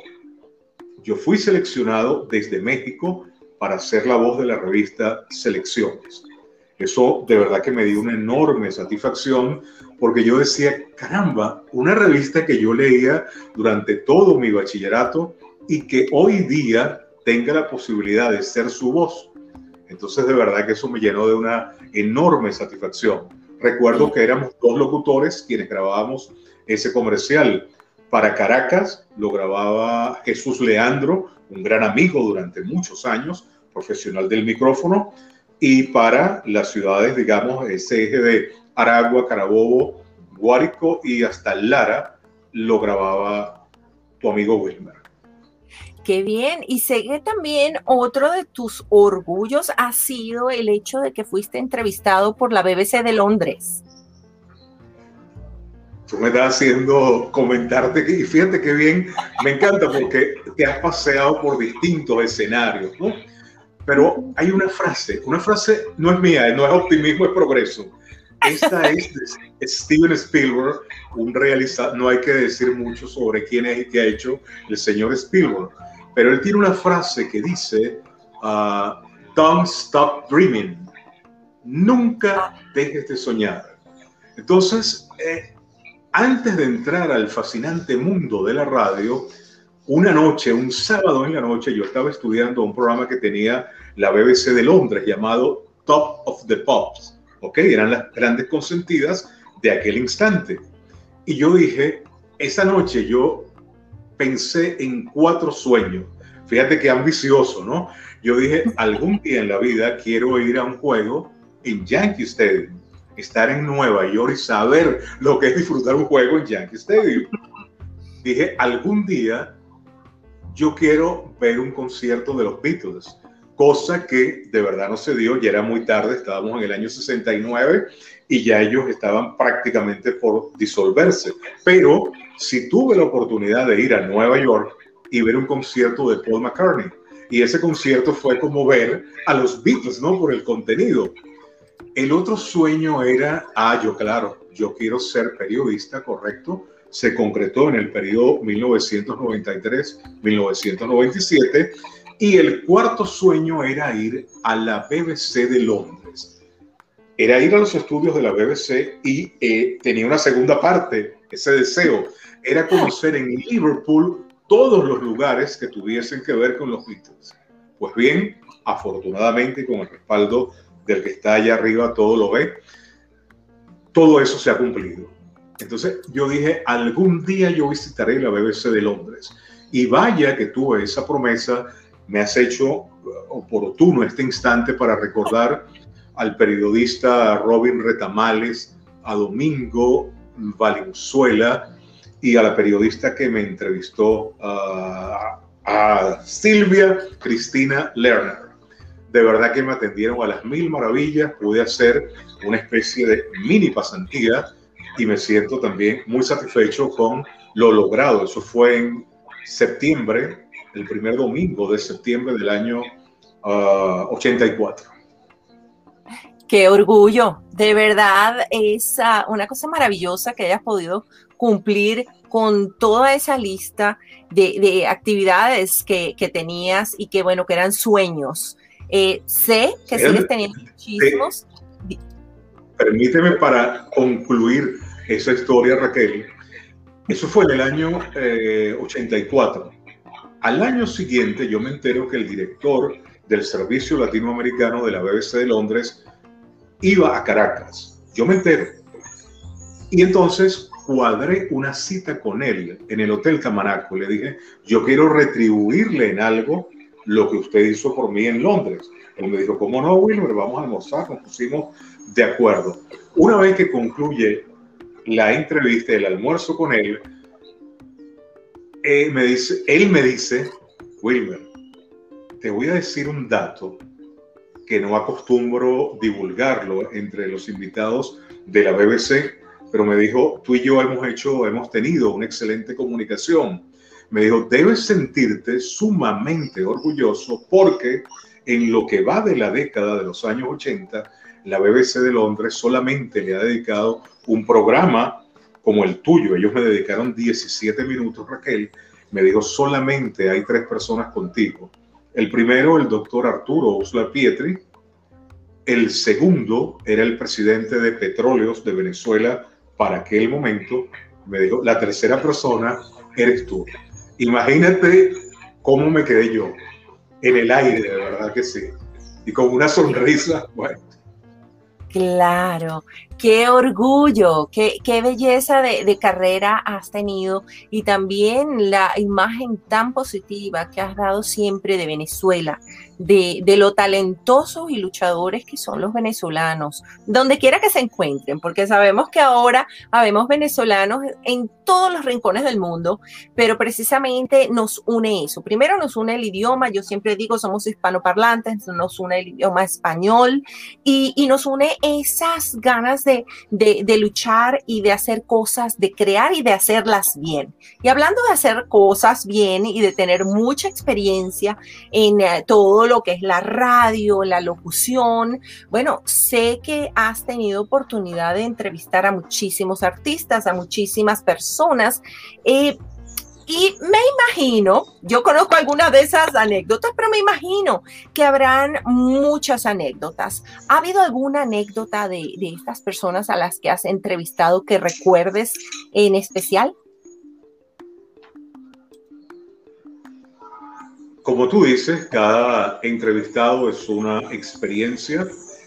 yo fui seleccionado desde México para ser la voz de la revista Selecciones. Eso de verdad que me dio una enorme satisfacción, porque yo decía, caramba, una revista que yo leía durante todo mi bachillerato y que hoy día tenga la posibilidad de ser su voz. Entonces, de verdad que eso me llenó de una enorme satisfacción. Recuerdo que éramos dos locutores quienes grabábamos ese comercial. Para Caracas lo grababa Jesús Leandro, un gran amigo durante muchos años, profesional del micrófono, y para las ciudades, digamos, ese eje de Aragua, Carabobo, Guárico y hasta Lara, lo grababa tu amigo Wilmer. Qué bien. Y sé que también otro de tus orgullos ha sido el hecho de que fuiste entrevistado por la B B C de Londres. Tú me estás haciendo comentarte, y fíjate qué bien, me encanta porque te has paseado por distintos escenarios, ¿no? Pero hay una frase, una frase no es mía, no es optimismo, es progreso. Esta es de Steven Spielberg, un realizador, no hay que decir mucho sobre quién es y qué ha hecho el señor Spielberg, pero él tiene una frase que dice, uh, don't stop dreaming, nunca dejes de soñar. Entonces, eh, antes de entrar al fascinante mundo de la radio, una noche, un sábado en la noche, yo estaba estudiando un programa que tenía la B B C de Londres llamado Top of the Pops, ¿ok? Eran las grandes consentidas de aquel instante. Y yo dije, esa noche yo pensé en cuatro sueños. Fíjate qué ambicioso, ¿no? Yo dije, algún día en la vida quiero ir a un juego en Yankee Stadium, estar en Nueva York y saber lo que es disfrutar un juego en Yankee Stadium. Dije, algún día yo quiero ver un concierto de los Beatles, cosa que de verdad no se dio, ya era muy tarde, estábamos en el año sesenta y nueve y ya ellos estaban prácticamente por disolverse. Pero sí tuve la oportunidad de ir a Nueva York y ver un concierto de Paul McCartney. Y ese concierto fue como ver a los Beatles, ¿no? Por el contenido. El otro sueño era, ah, yo claro, yo quiero ser periodista, correcto. Se concretó en el periodo mil novecientos noventa y tres a mil novecientos noventa y siete. Y el cuarto sueño era ir a la B B C de Londres. Era ir a los estudios de la B B C y eh, tenía una segunda parte, ese deseo. Era conocer en Liverpool todos los lugares que tuviesen que ver con los Beatles. Pues bien, afortunadamente, con el respaldo del que está allá arriba, todo lo ve, todo eso se ha cumplido. Entonces yo dije, algún día yo visitaré la B B C de Londres. Y vaya que tuve esa promesa, me has hecho oportuno este instante para recordar al periodista Robin Retamales, a Domingo Valenzuela y a la periodista que me entrevistó, uh, a Silvia Cristina Lerner. De verdad que me atendieron a las mil maravillas, pude hacer una especie de mini pasantía y me siento también muy satisfecho con lo logrado. Eso fue en septiembre, el primer domingo de septiembre del año uh, ochenta y cuatro. Qué orgullo, de verdad es uh, una cosa maravillosa que hayas podido cumplir con toda esa lista de, de actividades que, que tenías y que bueno, que eran sueños. Eh, sé que sí, sigues teniendo muchísimos. Sí. Permíteme para concluir esa historia, Raquel. Eso fue en el año eh, ochenta y cuatro. Al año siguiente yo me entero que el director del Servicio Latinoamericano de la B B C de Londres iba a Caracas. Yo me entero. Y entonces cuadré una cita con él en el Hotel Camanaco. Le dije, yo quiero retribuirle en algo lo que usted hizo por mí en Londres. Él me dijo, ¿cómo no, Wilmer? Vamos a almorzar. Nos pusimos de acuerdo. Una vez que concluye la entrevista, el almuerzo con él, eh, me dice, él me dice, Wilmer, te voy a decir un dato que no acostumbro divulgarlo entre los invitados de la B B C, pero me dijo, tú y yo hemos hecho, hemos tenido una excelente comunicación. Me dijo, debes sentirte sumamente orgulloso porque en lo que va de la década de los años ochenta, la B B C de Londres solamente le ha dedicado un programa como el tuyo. Ellos me dedicaron diecisiete minutos, Raquel. Me dijo, solamente hay tres personas contigo. El primero, el doctor Arturo Uslar Pietri. El segundo era el presidente de Petróleos de Venezuela para aquel momento. Me dijo, la tercera persona eres tú. Imagínate cómo me quedé yo, en el aire, de verdad que sí. Y con una sonrisa, bueno. Claro, Qué orgullo, qué, qué belleza de, de carrera has tenido y también la imagen tan positiva que has dado siempre de Venezuela, de, de lo talentosos y luchadores que son los venezolanos, donde quiera que se encuentren, porque sabemos que ahora habemos venezolanos en todos los rincones del mundo, pero precisamente nos une eso. Primero nos une el idioma, yo siempre digo somos hispanoparlantes, nos une el idioma español y, y nos une esas ganas de, de, de luchar y de hacer cosas, de crear y de hacerlas bien. Y hablando de hacer cosas bien y de tener mucha experiencia en uh, todo lo que es la radio, la locución, bueno, sé que has tenido oportunidad de entrevistar a muchísimos artistas, a muchísimas personas, eh, y me imagino, yo conozco algunas de esas anécdotas, pero me imagino que habrán muchas anécdotas. ¿Ha habido alguna anécdota de, de estas personas a las que has entrevistado que recuerdes en especial? Como tú dices, cada entrevistado es una experiencia.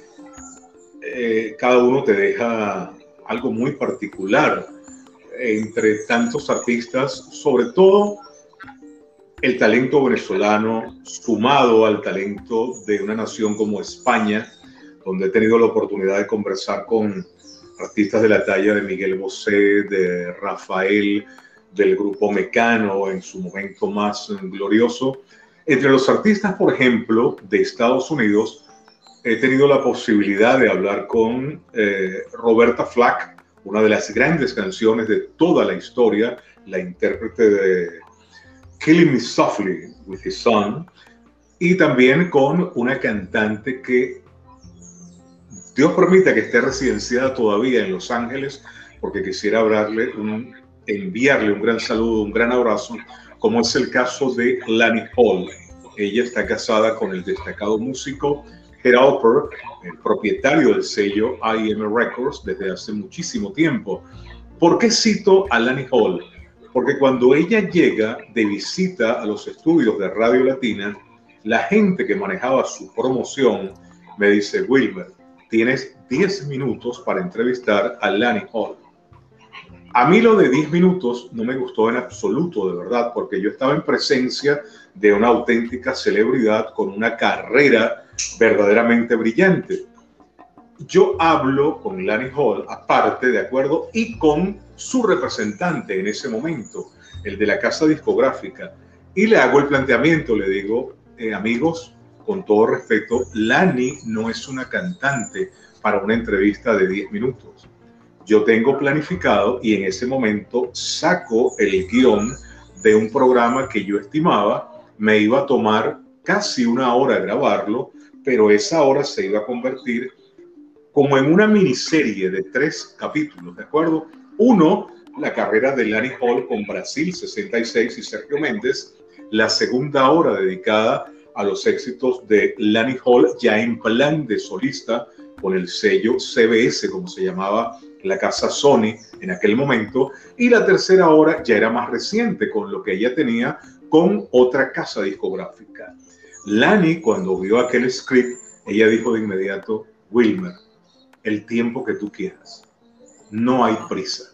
Eh, cada uno te deja algo muy particular. Entre tantos artistas, sobre todo el talento venezolano sumado al talento de una nación como España, donde he tenido la oportunidad de conversar con artistas de la talla de Miguel Bosé, de Rafael, del grupo Mecano en su momento más glorioso. Entre los artistas, por ejemplo, de Estados Unidos, he tenido la posibilidad de hablar con eh, Roberta Flack, una de las grandes canciones de toda la historia, la intérprete de Killing Me Softly with His Son, y también con una cantante que Dios permita que esté residenciada todavía en Los Ángeles, porque quisiera hablarle un, enviarle un gran saludo, un gran abrazo, como es el caso de Lani Hall. Ella está casada con el destacado músico Ed Alper, el propietario del sello I M Records desde hace muchísimo tiempo. ¿Por qué cito a Lani Hall? Porque cuando ella llega de visita a los estudios de Radio Latina, la gente que manejaba su promoción me dice: Wilmer, tienes diez minutos para entrevistar a Lani Hall. A mí lo de diez minutos no me gustó en absoluto, de verdad, porque yo estaba en presencia de una auténtica celebridad con una carrera verdaderamente brillante. Yo hablo con Lani Hall aparte, de acuerdo, y con su representante en ese momento, el de la casa discográfica, y le hago el planteamiento, le digo, eh, amigos, con todo respeto, Lani no es una cantante para una entrevista de diez minutos. Yo tengo planificado y en ese momento saco el guión de un programa que yo estimaba me iba a tomar casi una hora grabarlo, pero esa hora se iba a convertir como en una miniserie de tres capítulos, ¿de acuerdo? Uno, la carrera de Lani Hall con Brasil sesenta y seis y Sergio Méndez. La segunda hora dedicada a los éxitos de Lani Hall ya en plan de solista con el sello C B S, como se llamaba la casa Sony en aquel momento. Y la tercera hora ya era más reciente, con lo que ella tenía con otra casa discográfica. Lani, cuando vio aquel script, ella dijo de inmediato: Wilmer, el tiempo que tú quieras, no hay prisa.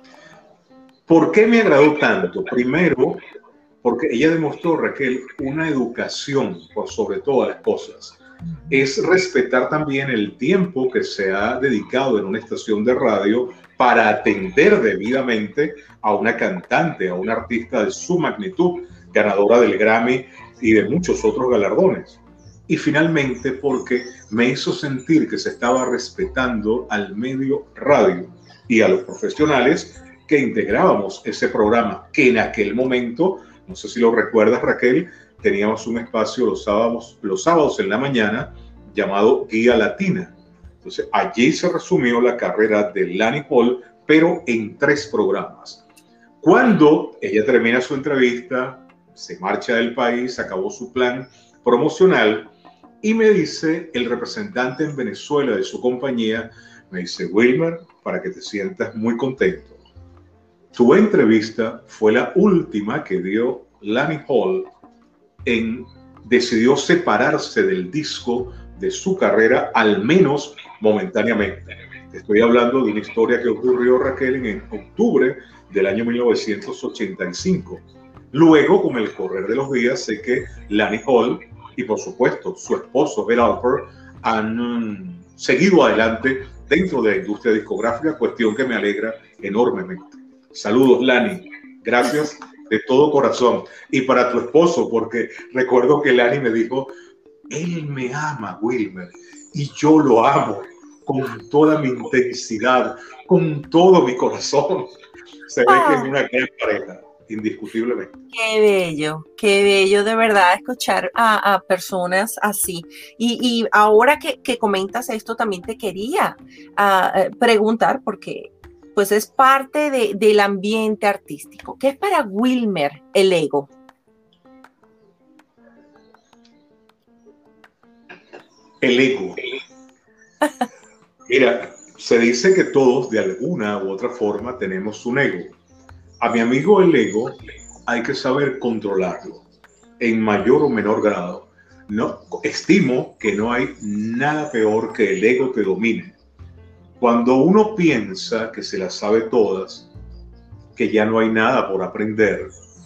¿Por qué me agradó tanto? Primero, porque ella demostró, Raquel, una educación por sobre todas las cosas. Es respetar también el tiempo que se ha dedicado en una estación de radio para atender debidamente a una cantante, a una artista de su magnitud, ganadora del Grammy y de muchos otros galardones. Y finalmente porque me hizo sentir que se estaba respetando al medio radio y a los profesionales que integrábamos ese programa, que en aquel momento, no sé si lo recuerdas, Raquel, teníamos un espacio los sábados, los sábados en la mañana llamado Guía Latina. Entonces allí se resumió la carrera de Lani Hall, pero en tres programas. Cuando ella termina su entrevista, se marcha del país, acabó su plan promocional y me dice el representante en Venezuela de su compañía, me dice: Wilmer, para que te sientas muy contento, tu entrevista fue la última que dio Lani Hall en decidió separarse del disco de su carrera, al menos momentáneamente. Te estoy hablando de una historia que ocurrió, Raquel, en octubre del año mil novecientos ochenta y cinco. Luego, con el correr de los días, sé que Lani Hall y, por supuesto, su esposo, Ben Alper, han um, seguido adelante dentro de la industria discográfica, cuestión que me alegra enormemente. Saludos, Lani. Gracias de todo corazón. Y para tu esposo, porque recuerdo que Lani me dijo, él me ama, Wilmer, y yo lo amo con toda mi intensidad, con todo mi corazón. Se ve ah. que es una gran pareja, indiscutiblemente. Qué bello, qué bello de verdad escuchar a, a personas así. Y, y ahora que, que comentas esto, también te quería uh, preguntar, porque pues es parte de, del ambiente artístico. ¿Qué es para Wilmer el ego? El ego. Mira, se dice que todos de alguna u otra forma tenemos un ego. A mi amigo el ego hay que saber controlarlo en mayor o menor grado. No, estimo que no hay nada peor que el ego te domine. Cuando uno piensa que se las sabe todas, que ya no hay nada por aprender,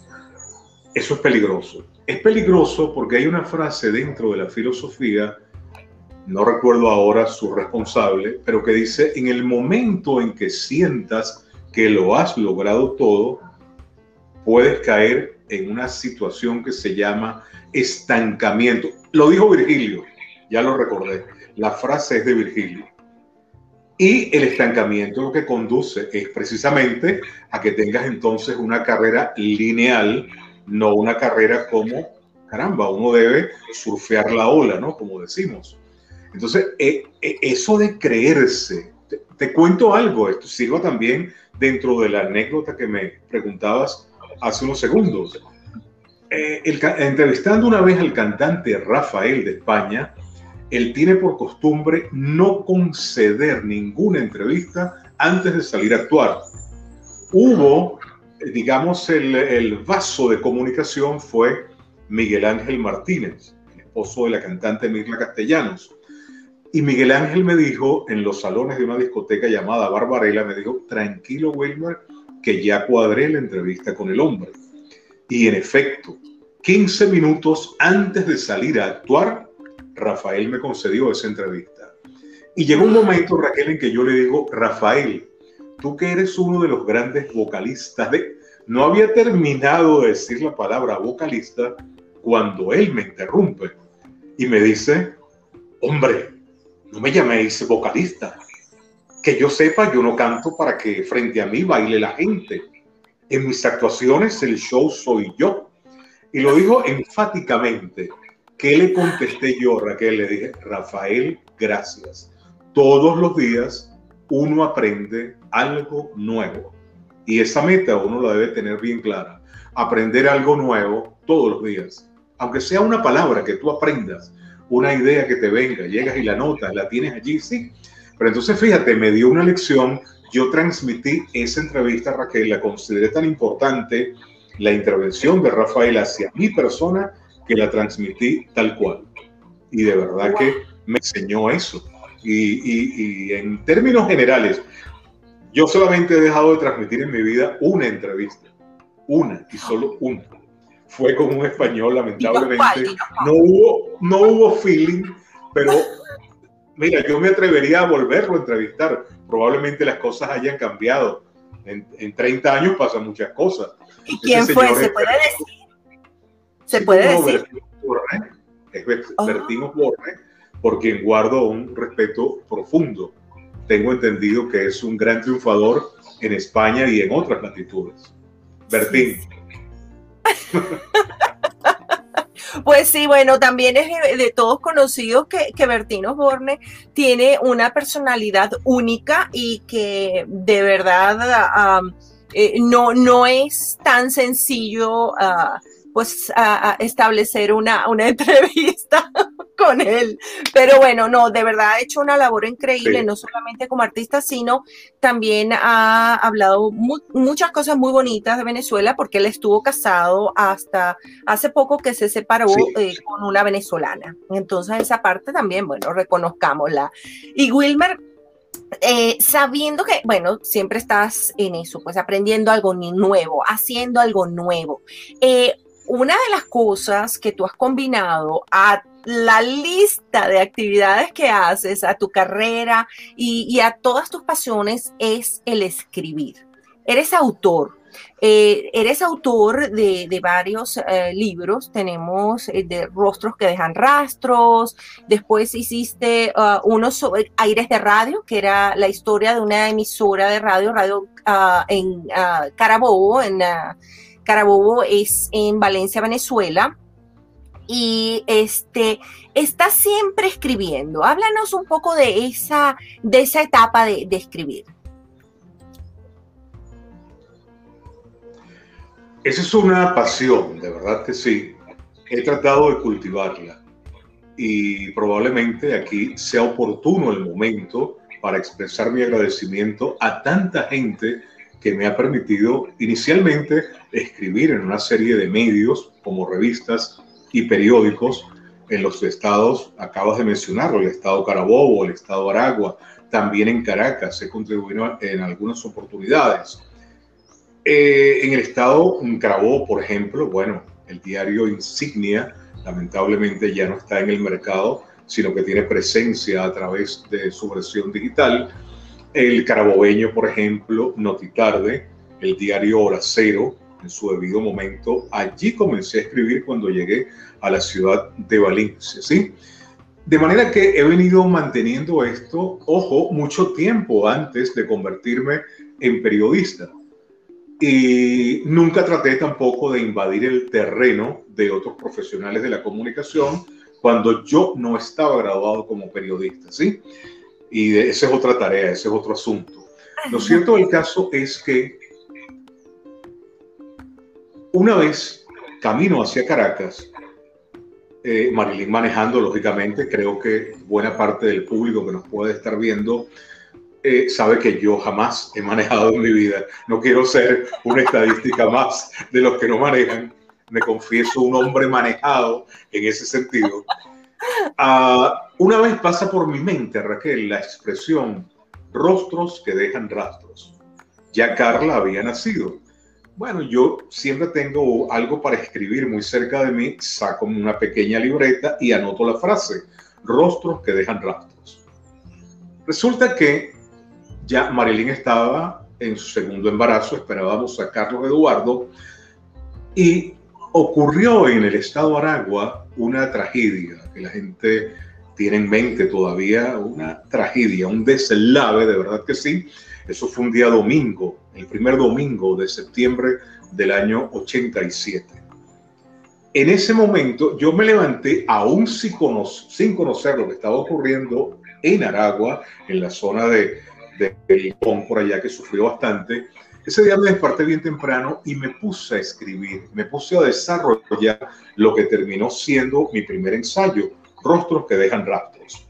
eso es peligroso. Es peligroso porque hay una frase dentro de la filosofía, no recuerdo ahora su responsable, pero que dice, en el momento en que sientas que lo has logrado todo, puedes caer en una situación que se llama estancamiento. Lo dijo Virgilio, ya lo recordé, la frase es de Virgilio. Y el estancamiento lo que conduce es precisamente a que tengas entonces una carrera lineal, no una carrera como, caramba, uno debe surfear la ola, ¿no? Como decimos. Entonces, eh, eh, eso de creerse, te, te cuento algo, esto sigo también dentro de la anécdota que me preguntabas hace unos segundos. Eh, el, entrevistando una vez al cantante Rafael de España, él tiene por costumbre no conceder ninguna entrevista antes de salir a actuar. Hubo, digamos, el, el vaso de comunicación fue Miguel Ángel Martínez, el esposo de la cantante Mirla Castellanos. Y Miguel Ángel me dijo, en los salones de una discoteca llamada Barbarella, me dijo, tranquilo, Wilmer, que ya cuadré la entrevista con el hombre. Y en efecto, quince minutos antes de salir a actuar, Rafael me concedió esa entrevista. Y llegó un momento, Raquel, en que yo le digo, Rafael, tú que eres uno de los grandes vocalistas de... No había terminado de decir la palabra vocalista cuando él me interrumpe y me dice, hombre, no me llaméis vocalista. Que yo sepa, yo no canto para que frente a mí baile la gente. En mis actuaciones el show soy yo. Y lo dijo enfáticamente. ¿Qué le contesté yo, Raquel? Le dije, Rafael, gracias. Todos los días uno aprende algo nuevo. Y esa meta uno la debe tener bien clara. Aprender algo nuevo todos los días. Aunque sea una palabra que tú aprendas, una idea que te venga, llegas y la notas, la tienes allí, sí. Pero entonces, fíjate, me dio una lección. Yo transmití esa entrevista, Raquel, la consideré tan importante, la intervención de Rafael hacia mi persona, que la transmití tal cual. Y de verdad wow. que me enseñó eso. Y, y, y en términos generales, yo solamente he dejado de transmitir en mi vida una entrevista. Una, y solo una. Fue con un español, lamentablemente. No hubo, no hubo feeling, pero mira, yo me atrevería a volverlo a entrevistar. Probablemente las cosas hayan cambiado. En, en treinta años pasan muchas cosas. ¿Y quién fue? ¿Se puede decir? ¿Se sí, puede decir? Borne, es Bertino oh. Borne, por quien guardo un respeto profundo. Tengo entendido que es un gran triunfador en España y en otras latitudes. Bertín. Sí. Pues sí, bueno, también es de, de todos conocidos que, que Bertino Osborne tiene una personalidad única y que de verdad um, eh, no, no es tan sencillo uh, pues uh, establecer una, una entrevista con él. Pero bueno, no, de verdad ha hecho una labor increíble, sí. No solamente como artista, sino también ha hablado mu muchas cosas muy bonitas de Venezuela, porque él estuvo casado hasta hace poco que se separó sí. eh, con una venezolana. Entonces esa parte también, bueno, reconozcámosla. Y Wilmer, eh, sabiendo que, bueno, siempre estás en eso, pues aprendiendo algo nuevo, haciendo algo nuevo. Eh, una de las cosas que tú has combinado a la lista de actividades que haces, a tu carrera y, y a todas tus pasiones es el escribir. Eres autor. Eh, eres autor de, de varios eh, libros. Tenemos eh, de Rostros que dejan rastros. Después hiciste uh, uno sobre Aires de Radio, que era la historia de una emisora de radio, radio uh, en uh, Carabobo. En uh, Carabobo es en Valencia, Venezuela. Y este, estás siempre escribiendo. Háblanos un poco de esa, de esa etapa de, de escribir. Esa es una pasión, de verdad que sí. He tratado de cultivarla y probablemente aquí sea oportuno el momento para expresar mi agradecimiento a tanta gente que me ha permitido inicialmente escribir en una serie de medios como revistas y periódicos en los estados, acabas de mencionarlo, el estado Carabobo, el estado Aragua, también en Caracas, he contribuido en algunas oportunidades. Eh, en el estado Carabobo, por ejemplo, bueno, el diario Insignia lamentablemente ya no está en el mercado, sino que tiene presencia a través de su versión digital. El carabobeño, por ejemplo, Notitarde, el diario Hora Cero, en su debido momento. Allí comencé a escribir cuando llegué a la ciudad de Valencia, ¿sí? De manera que he venido manteniendo esto, ojo, mucho tiempo antes de convertirme en periodista. Y nunca traté tampoco de invadir el terreno de otros profesionales de la comunicación cuando yo no estaba graduado como periodista, ¿sí? Y esa es otra tarea, ese es otro asunto. Lo cierto del caso es que una vez, camino hacia Caracas, eh, Marilyn manejando, lógicamente, creo que buena parte del público que nos puede estar viendo Eh, sabe que yo jamás he manejado en mi vida. No quiero ser una estadística más de los que no manejan. Me confieso un hombre manejado en ese sentido. Uh, una vez pasa por mi mente, Raquel, la expresión rostros que dejan rastros. Ya Carla había nacido. Bueno, yo siempre tengo algo para escribir muy cerca de mí, saco una pequeña libreta y anoto la frase, rostros que dejan rastros. Resulta que ya Marilyn estaba en su segundo embarazo, esperábamos a Carlos Eduardo, y ocurrió en el estado Aragua una tragedia que la gente tiene en mente todavía, una tragedia, un deslave, de verdad que sí. Eso fue un día domingo, el primer domingo de septiembre del año ochenta y siete. En ese momento yo me levanté, aún sin conocer, sin conocer lo que estaba ocurriendo en Aragua, en la zona de de Limón, por allá, que sufrió bastante. Ese día me desperté bien temprano y me puse a escribir, me puse a desarrollar lo que terminó siendo mi primer ensayo, Rostros que dejan rastros.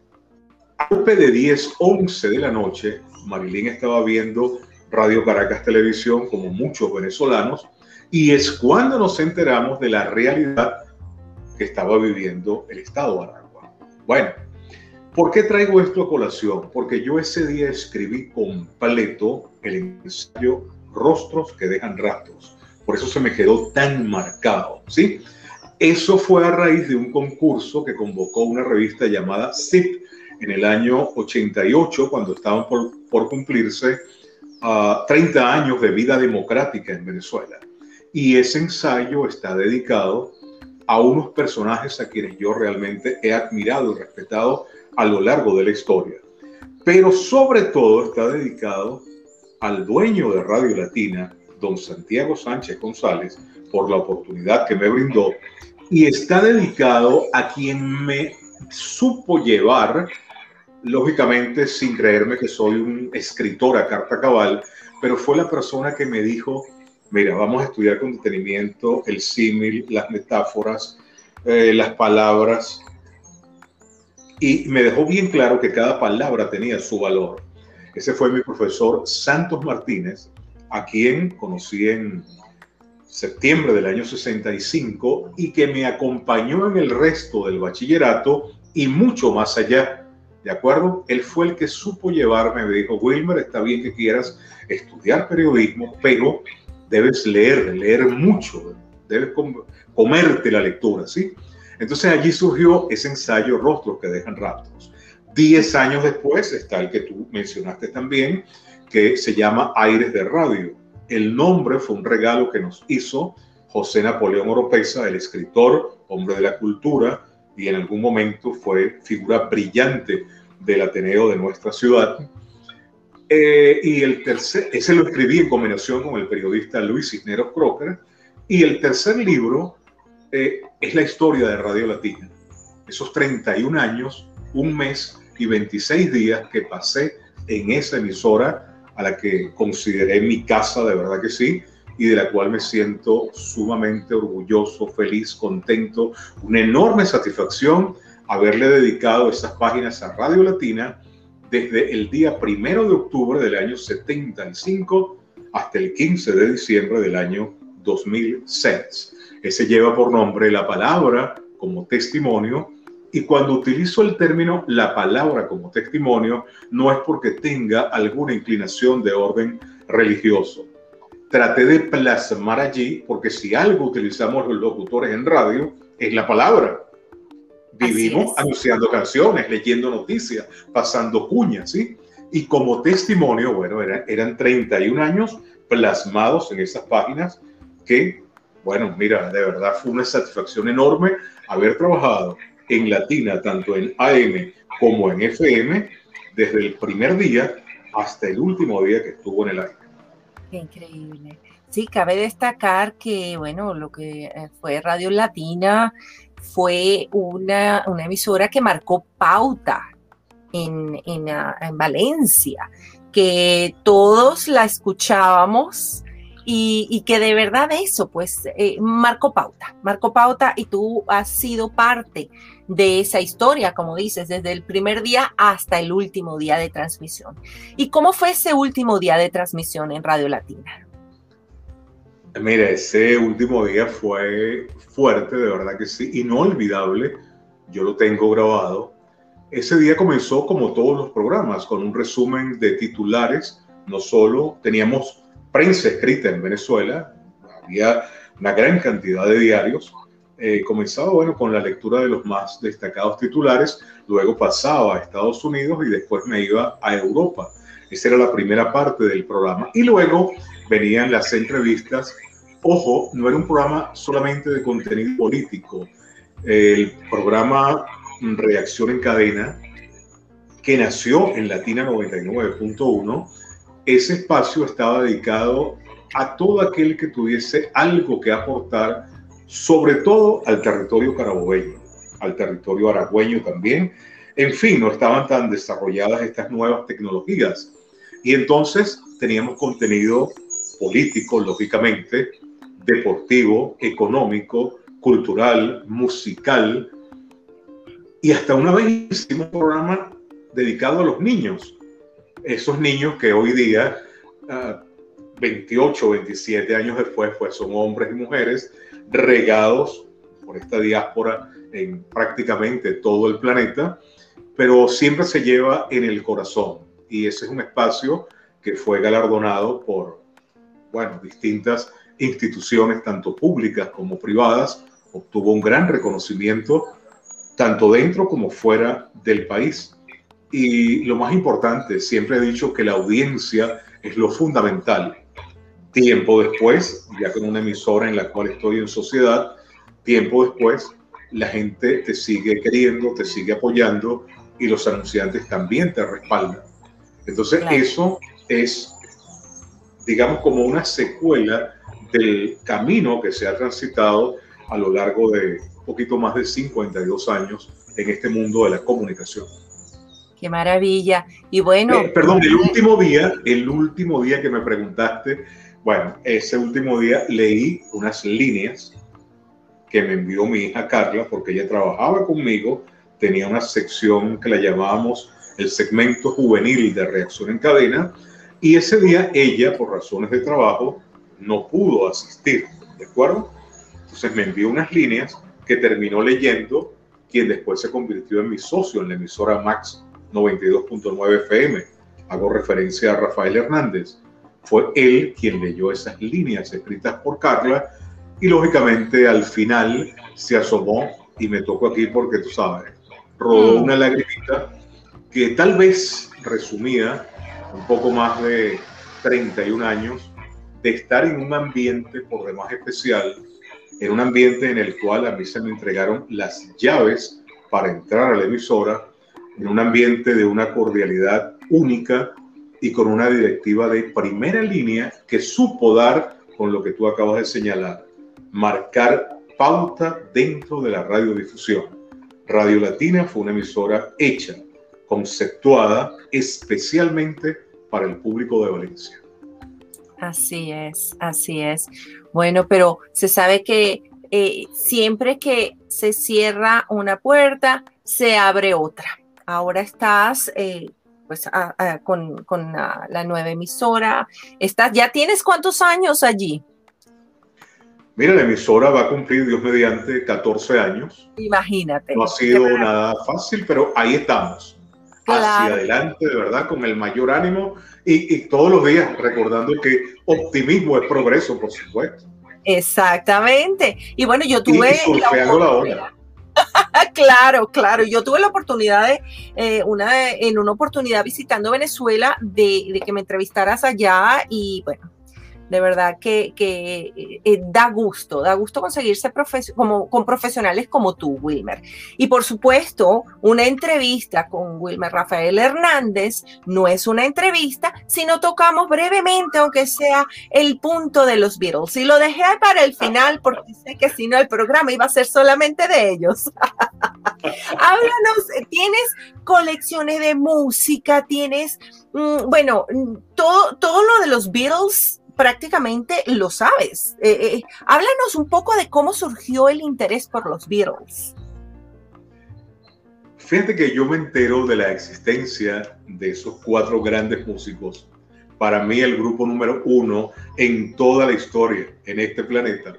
A golpe de diez, once de la noche, Marilyn estaba viendo Radio Caracas Televisión, como muchos venezolanos, y es cuando nos enteramos de la realidad que estaba viviendo el estado de Aragua. Bueno, ¿por qué traigo esto a colación? Porque yo ese día escribí completo el ensayo Rostros que dejan rastros. Por eso se me quedó tan marcado, ¿sí? Eso fue a raíz de un concurso que convocó una revista llamada Z I P en el año ochenta y ocho, cuando estaban por, por cumplirse uh, treinta años de vida democrática en Venezuela. Y ese ensayo está dedicado a unos personajes a quienes yo realmente he admirado y respetado a lo largo de la historia, pero sobre todo está dedicado al dueño de Radio Latina, don Santiago Sánchez González, por la oportunidad que me brindó, y está dedicado a quien me supo llevar, lógicamente sin creerme que soy un escritor a carta cabal, pero fue la persona que me dijo, mira, vamos a estudiar con detenimiento el símil, las metáforas, eh, las palabras, y me dejó bien claro que cada palabra tenía su valor. Ese fue mi profesor Santos Martínez, a quien conocí en septiembre del año sesenta y cinco y que me acompañó en el resto del bachillerato y mucho más allá. ¿de acuerdo? Él fue el que supo llevarme, me dijo, Wilmer, está bien que quieras estudiar periodismo, pero debes leer, leer mucho, debes com- comerte la lectura, ¿sí? Entonces allí surgió ese ensayo Rostros que dejan rastros. Diez años después está el que tú mencionaste también, que se llama Aires de Radio. El nombre fue un regalo que nos hizo José Napoleón Oropesa, el escritor, hombre de la cultura, y en algún momento fue figura brillante del Ateneo de nuestra ciudad. Eh, y el tercer, ese lo escribí en combinación con el periodista Luis Cisneros Crocker. Y el tercer libro eh, es la historia de Radio Latina. Esos treinta y un años, un mes y veintiséis días que pasé en esa emisora a la que consideré mi casa, de verdad que sí, y de la cual me siento sumamente orgulloso, feliz, contento, una enorme satisfacción haberle dedicado esas páginas a Radio Latina desde el día primero de octubre del año setenta y cinco hasta el quince de diciembre del año dos mil seis. Ese lleva por nombre La Palabra como testimonio, y cuando utilizo el término La Palabra como testimonio no es porque tenga alguna inclinación de orden religioso. Traté de plasmar allí, porque si algo utilizamos los locutores en radio es la palabra. Vivimos anunciando canciones, leyendo noticias, pasando cuñas, ¿sí? Y como testimonio, bueno, eran, eran treinta y un años plasmados en esas páginas que, bueno, mira, de verdad fue una satisfacción enorme haber trabajado en Latina, tanto en A M como en F M, desde el primer día hasta el último día que estuvo en el aire. Qué increíble. Sí, cabe destacar que, bueno, lo que fue Radio Latina fue una, una emisora que marcó pauta en, en, en Valencia, que todos la escuchábamos y, y que de verdad eso, pues, eh, marcó pauta, marcó pauta y tú has sido parte de esa historia, como dices, desde el primer día hasta el último día de transmisión. ¿Y cómo fue ese último día de transmisión en Radio Latina? Mira, ese último día fue fuerte, de verdad que sí, inolvidable. Yo lo tengo grabado. Ese día comenzó como todos los programas, con un resumen de titulares. No solo teníamos prensa escrita en Venezuela, había una gran cantidad de diarios. Eh, comenzaba, bueno, con la lectura de los más destacados titulares, luego pasaba a Estados Unidos y después me iba a Europa. Esa era la primera parte del programa. Y luego venían las entrevistas. Ojo, no era un programa solamente de contenido político. El programa Reacción en Cadena, que nació en Latina noventa y nueve punto uno, ese espacio estaba dedicado a todo aquel que tuviese algo que aportar, sobre todo al territorio carabobeño, al territorio aragüeño también. En fin, no estaban tan desarrolladas estas nuevas tecnologías. Y entonces teníamos contenido político, lógicamente, deportivo, económico, cultural, musical. Y hasta una vez hicimos un programa dedicado a los niños. Esos niños que hoy día, uh, veintiocho, veintisiete años después, pues son hombres y mujeres regados por esta diáspora en prácticamente todo el planeta, pero siempre se lleva en el corazón. Y ese es un espacio que fue galardonado por, bueno, distintas instituciones, tanto públicas como privadas. Obtuvo un gran reconocimiento, tanto dentro como fuera del país. Y lo más importante, siempre he dicho que la audiencia es lo fundamental. Tiempo después, ya con una emisora en la cual estoy en sociedad, tiempo después, la gente te sigue queriendo, te sigue apoyando y los anunciantes también te respaldan. Entonces, claro, eso es, digamos, como una secuela del camino que se ha transitado a lo largo de un poquito más de cincuenta y dos años en este mundo de la comunicación. ¡Qué maravilla! Y bueno... Eh, perdón, el último día, el último día que me preguntaste, bueno, ese último día leí unas líneas que me envió mi hija Carla, porque ella trabajaba conmigo, tenía una sección que la llamábamos el segmento juvenil de Reacción en Cadena, y ese día ella, por razones de trabajo, no pudo asistir, ¿de acuerdo? Entonces me envió unas líneas que terminó leyendo quien después se convirtió en mi socio en la emisora Max noventa y dos punto nueve F M. Hago referencia a Rafael Hernández. Fue él quien leyó esas líneas escritas por Carla y lógicamente al final se asomó y me tocó aquí porque tú sabes, rodó una lagrimita que tal vez resumía un poco más de treinta y un años de estar en un ambiente por demás especial, en un ambiente en el cual a mí se me entregaron las llaves para entrar a la emisora, en un ambiente de una cordialidad única y con una directiva de primera línea que supo dar con lo que tú acabas de señalar, marcar pauta dentro de la radiodifusión. Radio Latina fue una emisora hecha, conceptuada especialmente para el público de Valencia. Así es, así es. Bueno, pero se sabe que eh, siempre que se cierra una puerta, se abre otra. Ahora estás eh, pues, a, a, con, con la, la nueva emisora. Estás, ¿ya tienes cuántos años allí? Mira, la emisora va a cumplir, Dios mediante, catorce años. Imagínate. No ha sido nada fácil, pero ahí estamos. Claro. Hacia adelante, de verdad, con el mayor ánimo y, y todos los días recordando que optimismo es progreso, por supuesto. Exactamente. Y bueno, yo tuve... Y, y surfeando la ola. Claro, claro. Yo tuve la oportunidad de, eh, una, en una oportunidad visitando Venezuela, de, de que me entrevistaras allá y bueno, de verdad que, que eh, da gusto, da gusto conseguirse profe- como, con profesionales como tú, Wilmer. Y por supuesto, una entrevista con Wilmer Rafael Hernández no es una entrevista, sino tocamos brevemente, aunque sea el punto de los Beatles. Y lo dejé para el final porque sé que si no el programa iba a ser solamente de ellos. Háblanos, ¿tienes colecciones de música? ¿Tienes, mmm, bueno, todo, todo lo de los Beatles? Prácticamente lo sabes. Eh, eh, háblanos un poco de cómo surgió el interés por los Beatles. Fíjate que yo me entero de la existencia de esos cuatro grandes músicos. Para mí el grupo número uno en toda la historia en este planeta.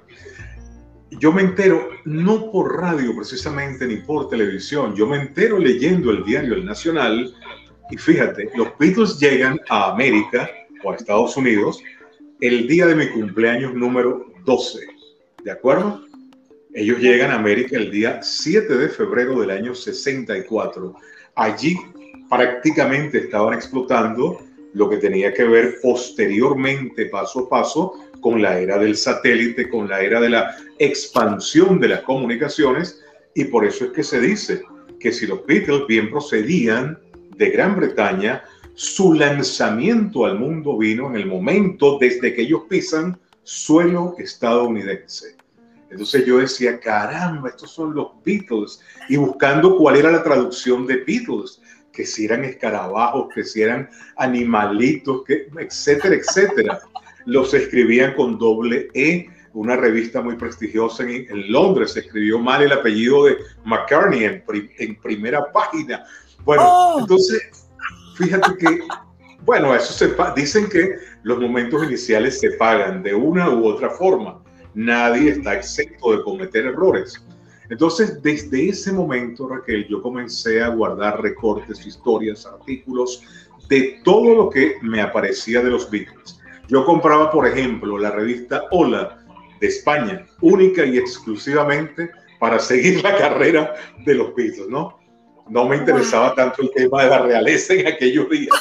Yo me entero no por radio precisamente ni por televisión. Yo me entero leyendo el diario El Nacional y fíjate, los Beatles llegan a América o a Estados Unidos el día de mi cumpleaños número doce, ¿de acuerdo? Ellos llegan a América el día siete de febrero del año sesenta y cuatro. Allí prácticamente estaban explotando lo que tenía que ver posteriormente, paso a paso, con la era del satélite, con la era de la expansión de las comunicaciones, y por eso es que se dice que si los Beatles bien procedían de Gran Bretaña, su lanzamiento al mundo vino en el momento desde que ellos pisan suelo estadounidense. Entonces yo decía, caramba, estos son los Beatles, y buscando cuál era la traducción de Beatles, que si eran escarabajos, que si eran animalitos, que, etcétera, etcétera. Los escribían con doble E, una revista muy prestigiosa en, en Londres, se escribió mal el apellido de McCartney en, pri, en primera página. Bueno, oh. entonces... Fíjate que, bueno, eso se dicen que los momentos iniciales se pagan de una u otra forma. Nadie está exento de cometer errores. Entonces, desde ese momento, Raquel, yo comencé a guardar recortes, historias, artículos de todo lo que me aparecía de los Beatles. Yo compraba, por ejemplo, la revista Hola de España, única y exclusivamente para seguir la carrera de los Beatles, ¿no? No me interesaba tanto el tema de la realeza en aquellos días.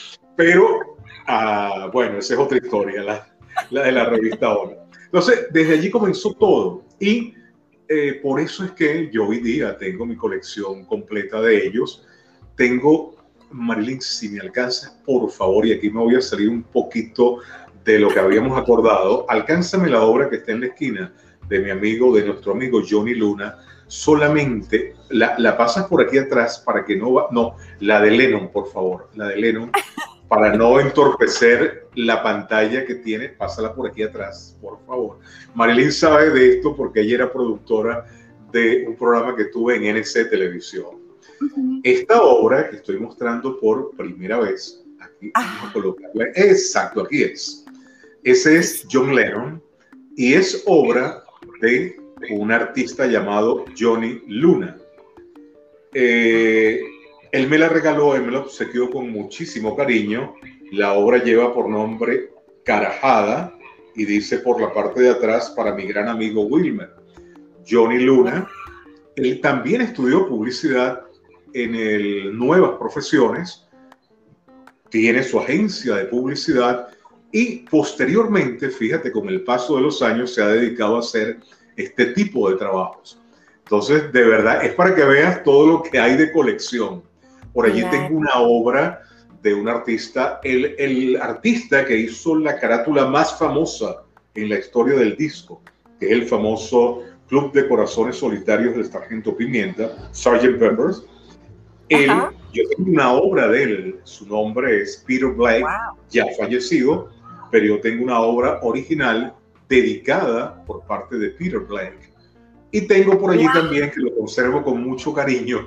Pero, ah, bueno, esa es otra historia, la, la de la revista Hola. Entonces, desde allí comenzó todo. Y eh, por eso es que yo hoy día tengo mi colección completa de ellos. Tengo, Marilyn, si me alcanzas, por favor, y aquí me voy a salir un poquito de lo que habíamos acordado, alcánzame la obra que está en la esquina de mi amigo, de nuestro amigo Johnny Luna. Solamente la, la pasas por aquí atrás para que no va, no, la de Lennon, por favor, la de Lennon, para no entorpecer la pantalla que tiene, pásala por aquí atrás, por favor. Marilyn sabe de esto porque ella era productora de un programa que tuve en N C Televisión. Uh-huh. Esta obra que estoy mostrando por primera vez, aquí ah. vamos a colocarla, exacto, aquí es. Ese es John Lennon y es obra de un artista llamado Johnny Luna. Eh, Él me la regaló, él me la obsequió con muchísimo cariño. La obra lleva por nombre Carajada y dice por la parte de atrás, para mi gran amigo Wilmer. Johnny Luna, él también estudió publicidad en el Nuevas Profesiones, tiene su agencia de publicidad y posteriormente, fíjate, con el paso de los años se ha dedicado a hacer este tipo de trabajos. Entonces, de verdad, es para que veas todo lo que hay de colección. Por allí claro. Tengo una obra de un artista, el, el artista que hizo la carátula más famosa en la historia del disco, que es el famoso Club de Corazones Solitarios del Sargento Pimienta, sergeant Pepper's. Él, yo tengo una obra de él, su nombre es Peter Blake, wow. Ya fallecido, pero yo tengo una obra original dedicada por parte de Peter Blake. Y tengo por allí wow. también, que lo conservo con mucho cariño,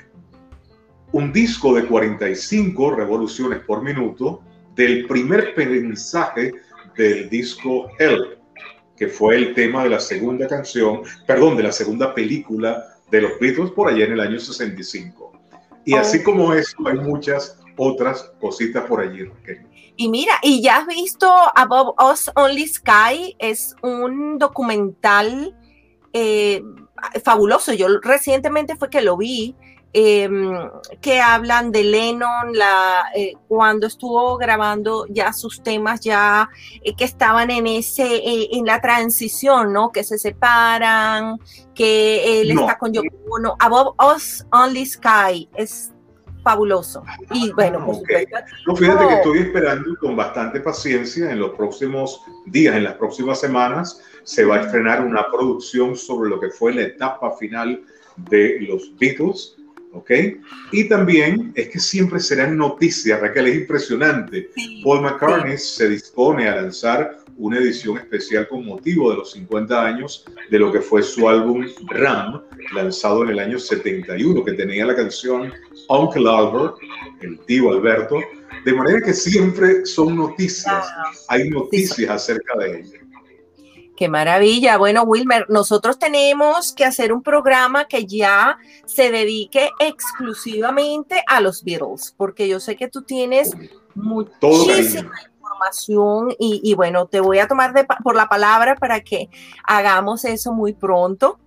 un disco de cuarenta y cinco revoluciones por minuto del primer mensaje del disco Help, que fue el tema de la segunda canción, perdón, de la segunda película de los Beatles por allá en el año sesenta y cinco. Y oh. así como eso, hay muchas otras cositas por allí, Raquel. Y mira, y ya has visto Above Us Only Sky, es un documental eh, fabuloso. Yo recientemente fue que lo vi, eh, que hablan de Lennon, la, eh, cuando estuvo grabando ya sus temas, ya eh, que estaban en ese, eh, en la transición, ¿no? Que se separan, que él no. está con Yoko Ono. Above Us Only Sky es fabuloso. Y bueno, por okay. supuesto. No, fíjate oh. que estoy esperando con bastante paciencia. En los próximos días, en las próximas semanas, se va a estrenar una producción sobre lo que fue la etapa final de los Beatles. ¿Ok? Y también es que siempre serán noticias, Raquel, es impresionante. Sí, Paul McCartney sí. se dispone a lanzar una edición especial con motivo de los cincuenta años de lo que fue su álbum Ram, lanzado en el año setenta y uno, que tenía la canción Uncle Albert, el tío Alberto, de manera que siempre son noticias, hay noticias sí. acerca de ella. Qué maravilla. Bueno, Wilmer, nosotros tenemos que hacer un programa que ya se dedique exclusivamente a los Beatles, porque yo sé que tú tienes muchísima información y, y bueno, te voy a tomar de, por la palabra para que hagamos eso muy pronto.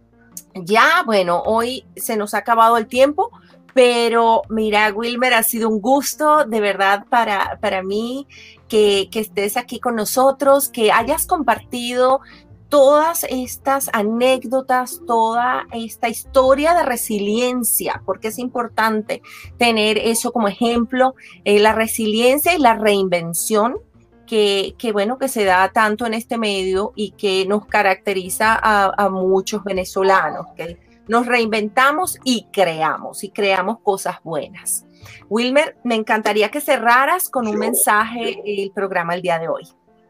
Ya, bueno, hoy se nos ha acabado el tiempo, pero mira, Wilmer, ha sido un gusto de verdad para, para mí que, que estés aquí con nosotros, que hayas compartido todas estas anécdotas, toda esta historia de resiliencia, porque es importante tener eso como ejemplo, eh, la resiliencia y la reinvención que, que, bueno, que se da tanto en este medio y que nos caracteriza a, a muchos venezolanos, que nos reinventamos y creamos, y creamos cosas buenas. Wilmer, me encantaría que cerraras con un yo, mensaje el programa el día de hoy.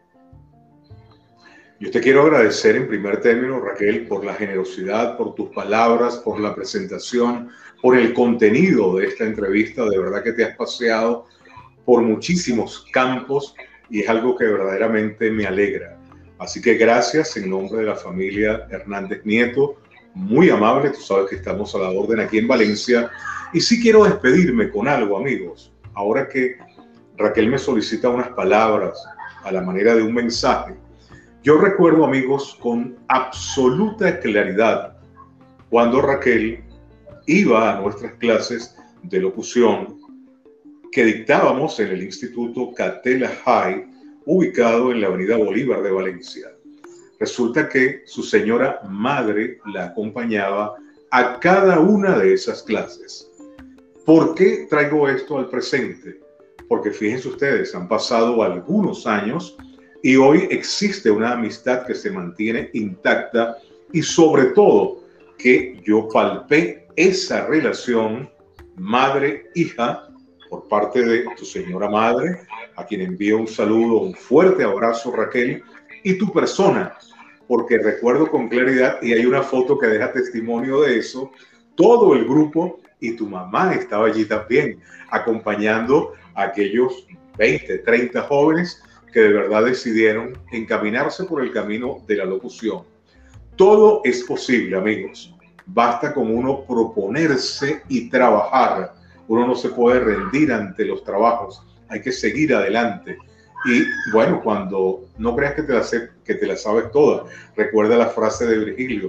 Yo te quiero agradecer en primer término, Raquel, por la generosidad, por tus palabras, por la presentación, por el contenido de esta entrevista. De verdad que te has paseado por muchísimos campos y es algo que verdaderamente me alegra. Así que gracias en nombre de la familia Hernández Nieto. Muy amable, tú sabes que estamos a la orden aquí en Valencia. Y sí quiero despedirme con algo, amigos. Ahora que Raquel me solicita unas palabras a la manera de un mensaje, yo recuerdo, amigos, con absoluta claridad cuando Raquel iba a nuestras clases de locución que dictábamos en el Instituto Catella High, ubicado en la Avenida Bolívar de Valencia. Resulta que su señora madre la acompañaba a cada una de esas clases. ¿Por qué traigo esto al presente? Porque fíjense ustedes, han pasado algunos años y hoy existe una amistad que se mantiene intacta y sobre todo que yo palpé esa relación madre-hija por parte de tu señora madre, a quien envío un saludo, un fuerte abrazo, Raquel, y tu persona, porque recuerdo con claridad, y hay una foto que deja testimonio de eso, todo el grupo y tu mamá estaba allí también, acompañando a aquellos veinte, treinta jóvenes que de verdad decidieron encaminarse por el camino de la locución. Todo es posible, amigos. Basta con uno proponerse y trabajar uno no se puede rendir ante los trabajos, hay que seguir adelante. Y bueno, cuando no creas que te la, sé, que te la sabes toda, recuerda la frase de Virgilio,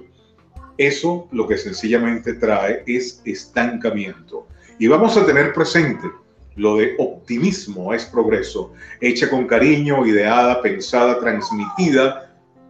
eso lo que sencillamente trae es estancamiento. Y vamos a tener presente lo de optimismo es progreso, hecha con cariño, ideada, pensada, transmitida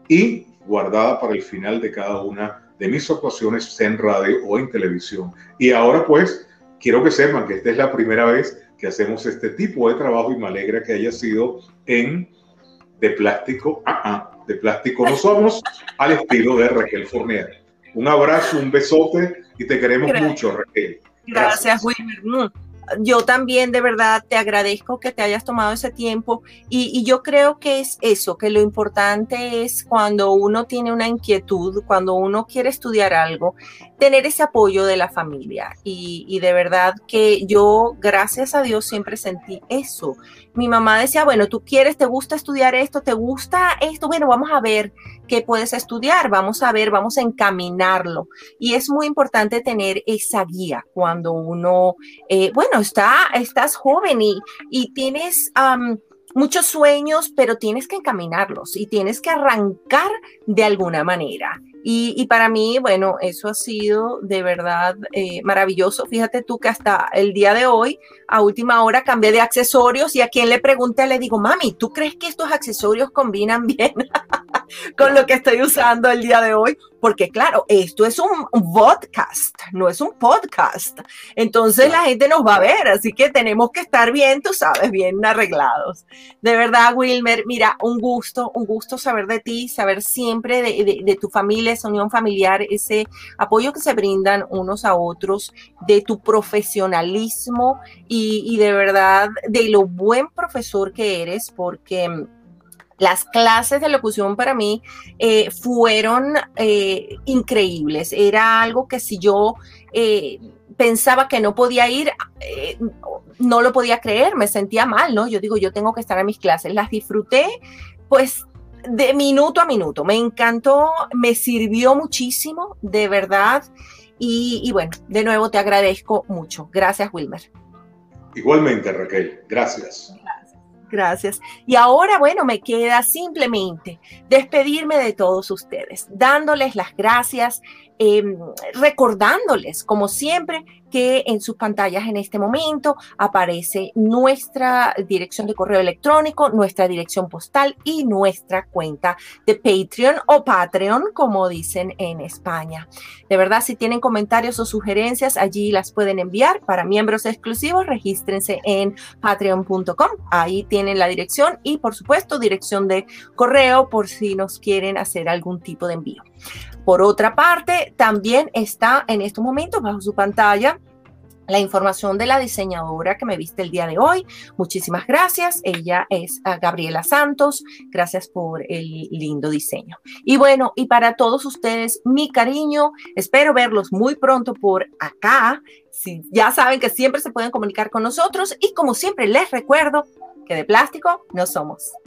y guardada para el final de cada una de mis actuaciones, sea en radio o en televisión. Y ahora pues, quiero que sepan que esta es la primera vez que hacemos este tipo de trabajo y me alegra que haya sido en De Plástico, ah, ah, de Plástico no somos, al estilo de Raquel Fournier. Un abrazo, un besote y te queremos Gracias. mucho, Raquel. Gracias, Gracias Wilmer. Yo también de verdad te agradezco que te hayas tomado ese tiempo y, y yo creo que es eso, que lo importante es cuando uno tiene una inquietud, cuando uno quiere estudiar algo, tener ese apoyo de la familia y, y de verdad que yo, gracias a Dios, siempre sentí eso. Mi mamá decía, bueno, tú quieres, te gusta estudiar esto, te gusta esto, bueno, vamos a ver qué puedes estudiar, vamos a ver, vamos a encaminarlo. Y es muy importante tener esa guía cuando uno, eh, bueno, está, estás joven y, y tienes um, muchos sueños, pero tienes que encaminarlos y tienes que arrancar de alguna manera. Y, y para mí, bueno, eso ha sido de verdad eh, maravilloso. Fíjate tú que hasta el día de hoy, a última hora, cambié de accesorios y a quien le pregunté, le digo, mami, ¿tú crees que estos accesorios combinan bien con lo que estoy usando el día de hoy? Porque claro, esto es un podcast, no es un podcast. Entonces la gente nos va a ver, así que tenemos que estar bien, tú sabes, bien arreglados. De verdad, Wilmer, mira, un gusto, un gusto saber de ti, saber siempre de, de, de tu familia, esa unión familiar, ese apoyo que se brindan unos a otros, de tu profesionalismo y, y de verdad de lo buen profesor que eres, porque las clases de locución para mí eh, fueron eh, increíbles. Era algo que si yo eh, pensaba que no podía ir, eh, no lo podía creer, me sentía mal, ¿no? Yo digo, yo tengo que estar en mis clases. Las disfruté, pues, de minuto a minuto. Me encantó, me sirvió muchísimo, de verdad. Y, y bueno, de nuevo te agradezco mucho. Gracias, Wilmer. Igualmente, Raquel. Gracias. Gracias. Y ahora, bueno, me queda simplemente despedirme de todos ustedes, dándoles las gracias, eh, recordándoles, como siempre, que en sus pantallas en este momento aparece nuestra dirección de correo electrónico, nuestra dirección postal y nuestra cuenta de Patreon o Patreon, como dicen en España. De verdad, si tienen comentarios o sugerencias, allí las pueden enviar. Para miembros exclusivos, regístrense en patreon punto com. Ahí tienen la dirección y, por supuesto, dirección de correo por si nos quieren hacer algún tipo de envío. Por otra parte, también está en estos momentos bajo su pantalla la información de la diseñadora que me viste el día de hoy. Muchísimas gracias. Ella es uh, Gabriela Santos. Gracias por el lindo diseño. Y bueno, y para todos ustedes, mi cariño. Espero verlos muy pronto por acá. Si ya saben que siempre se pueden comunicar con nosotros y como siempre les recuerdo que de plástico no somos.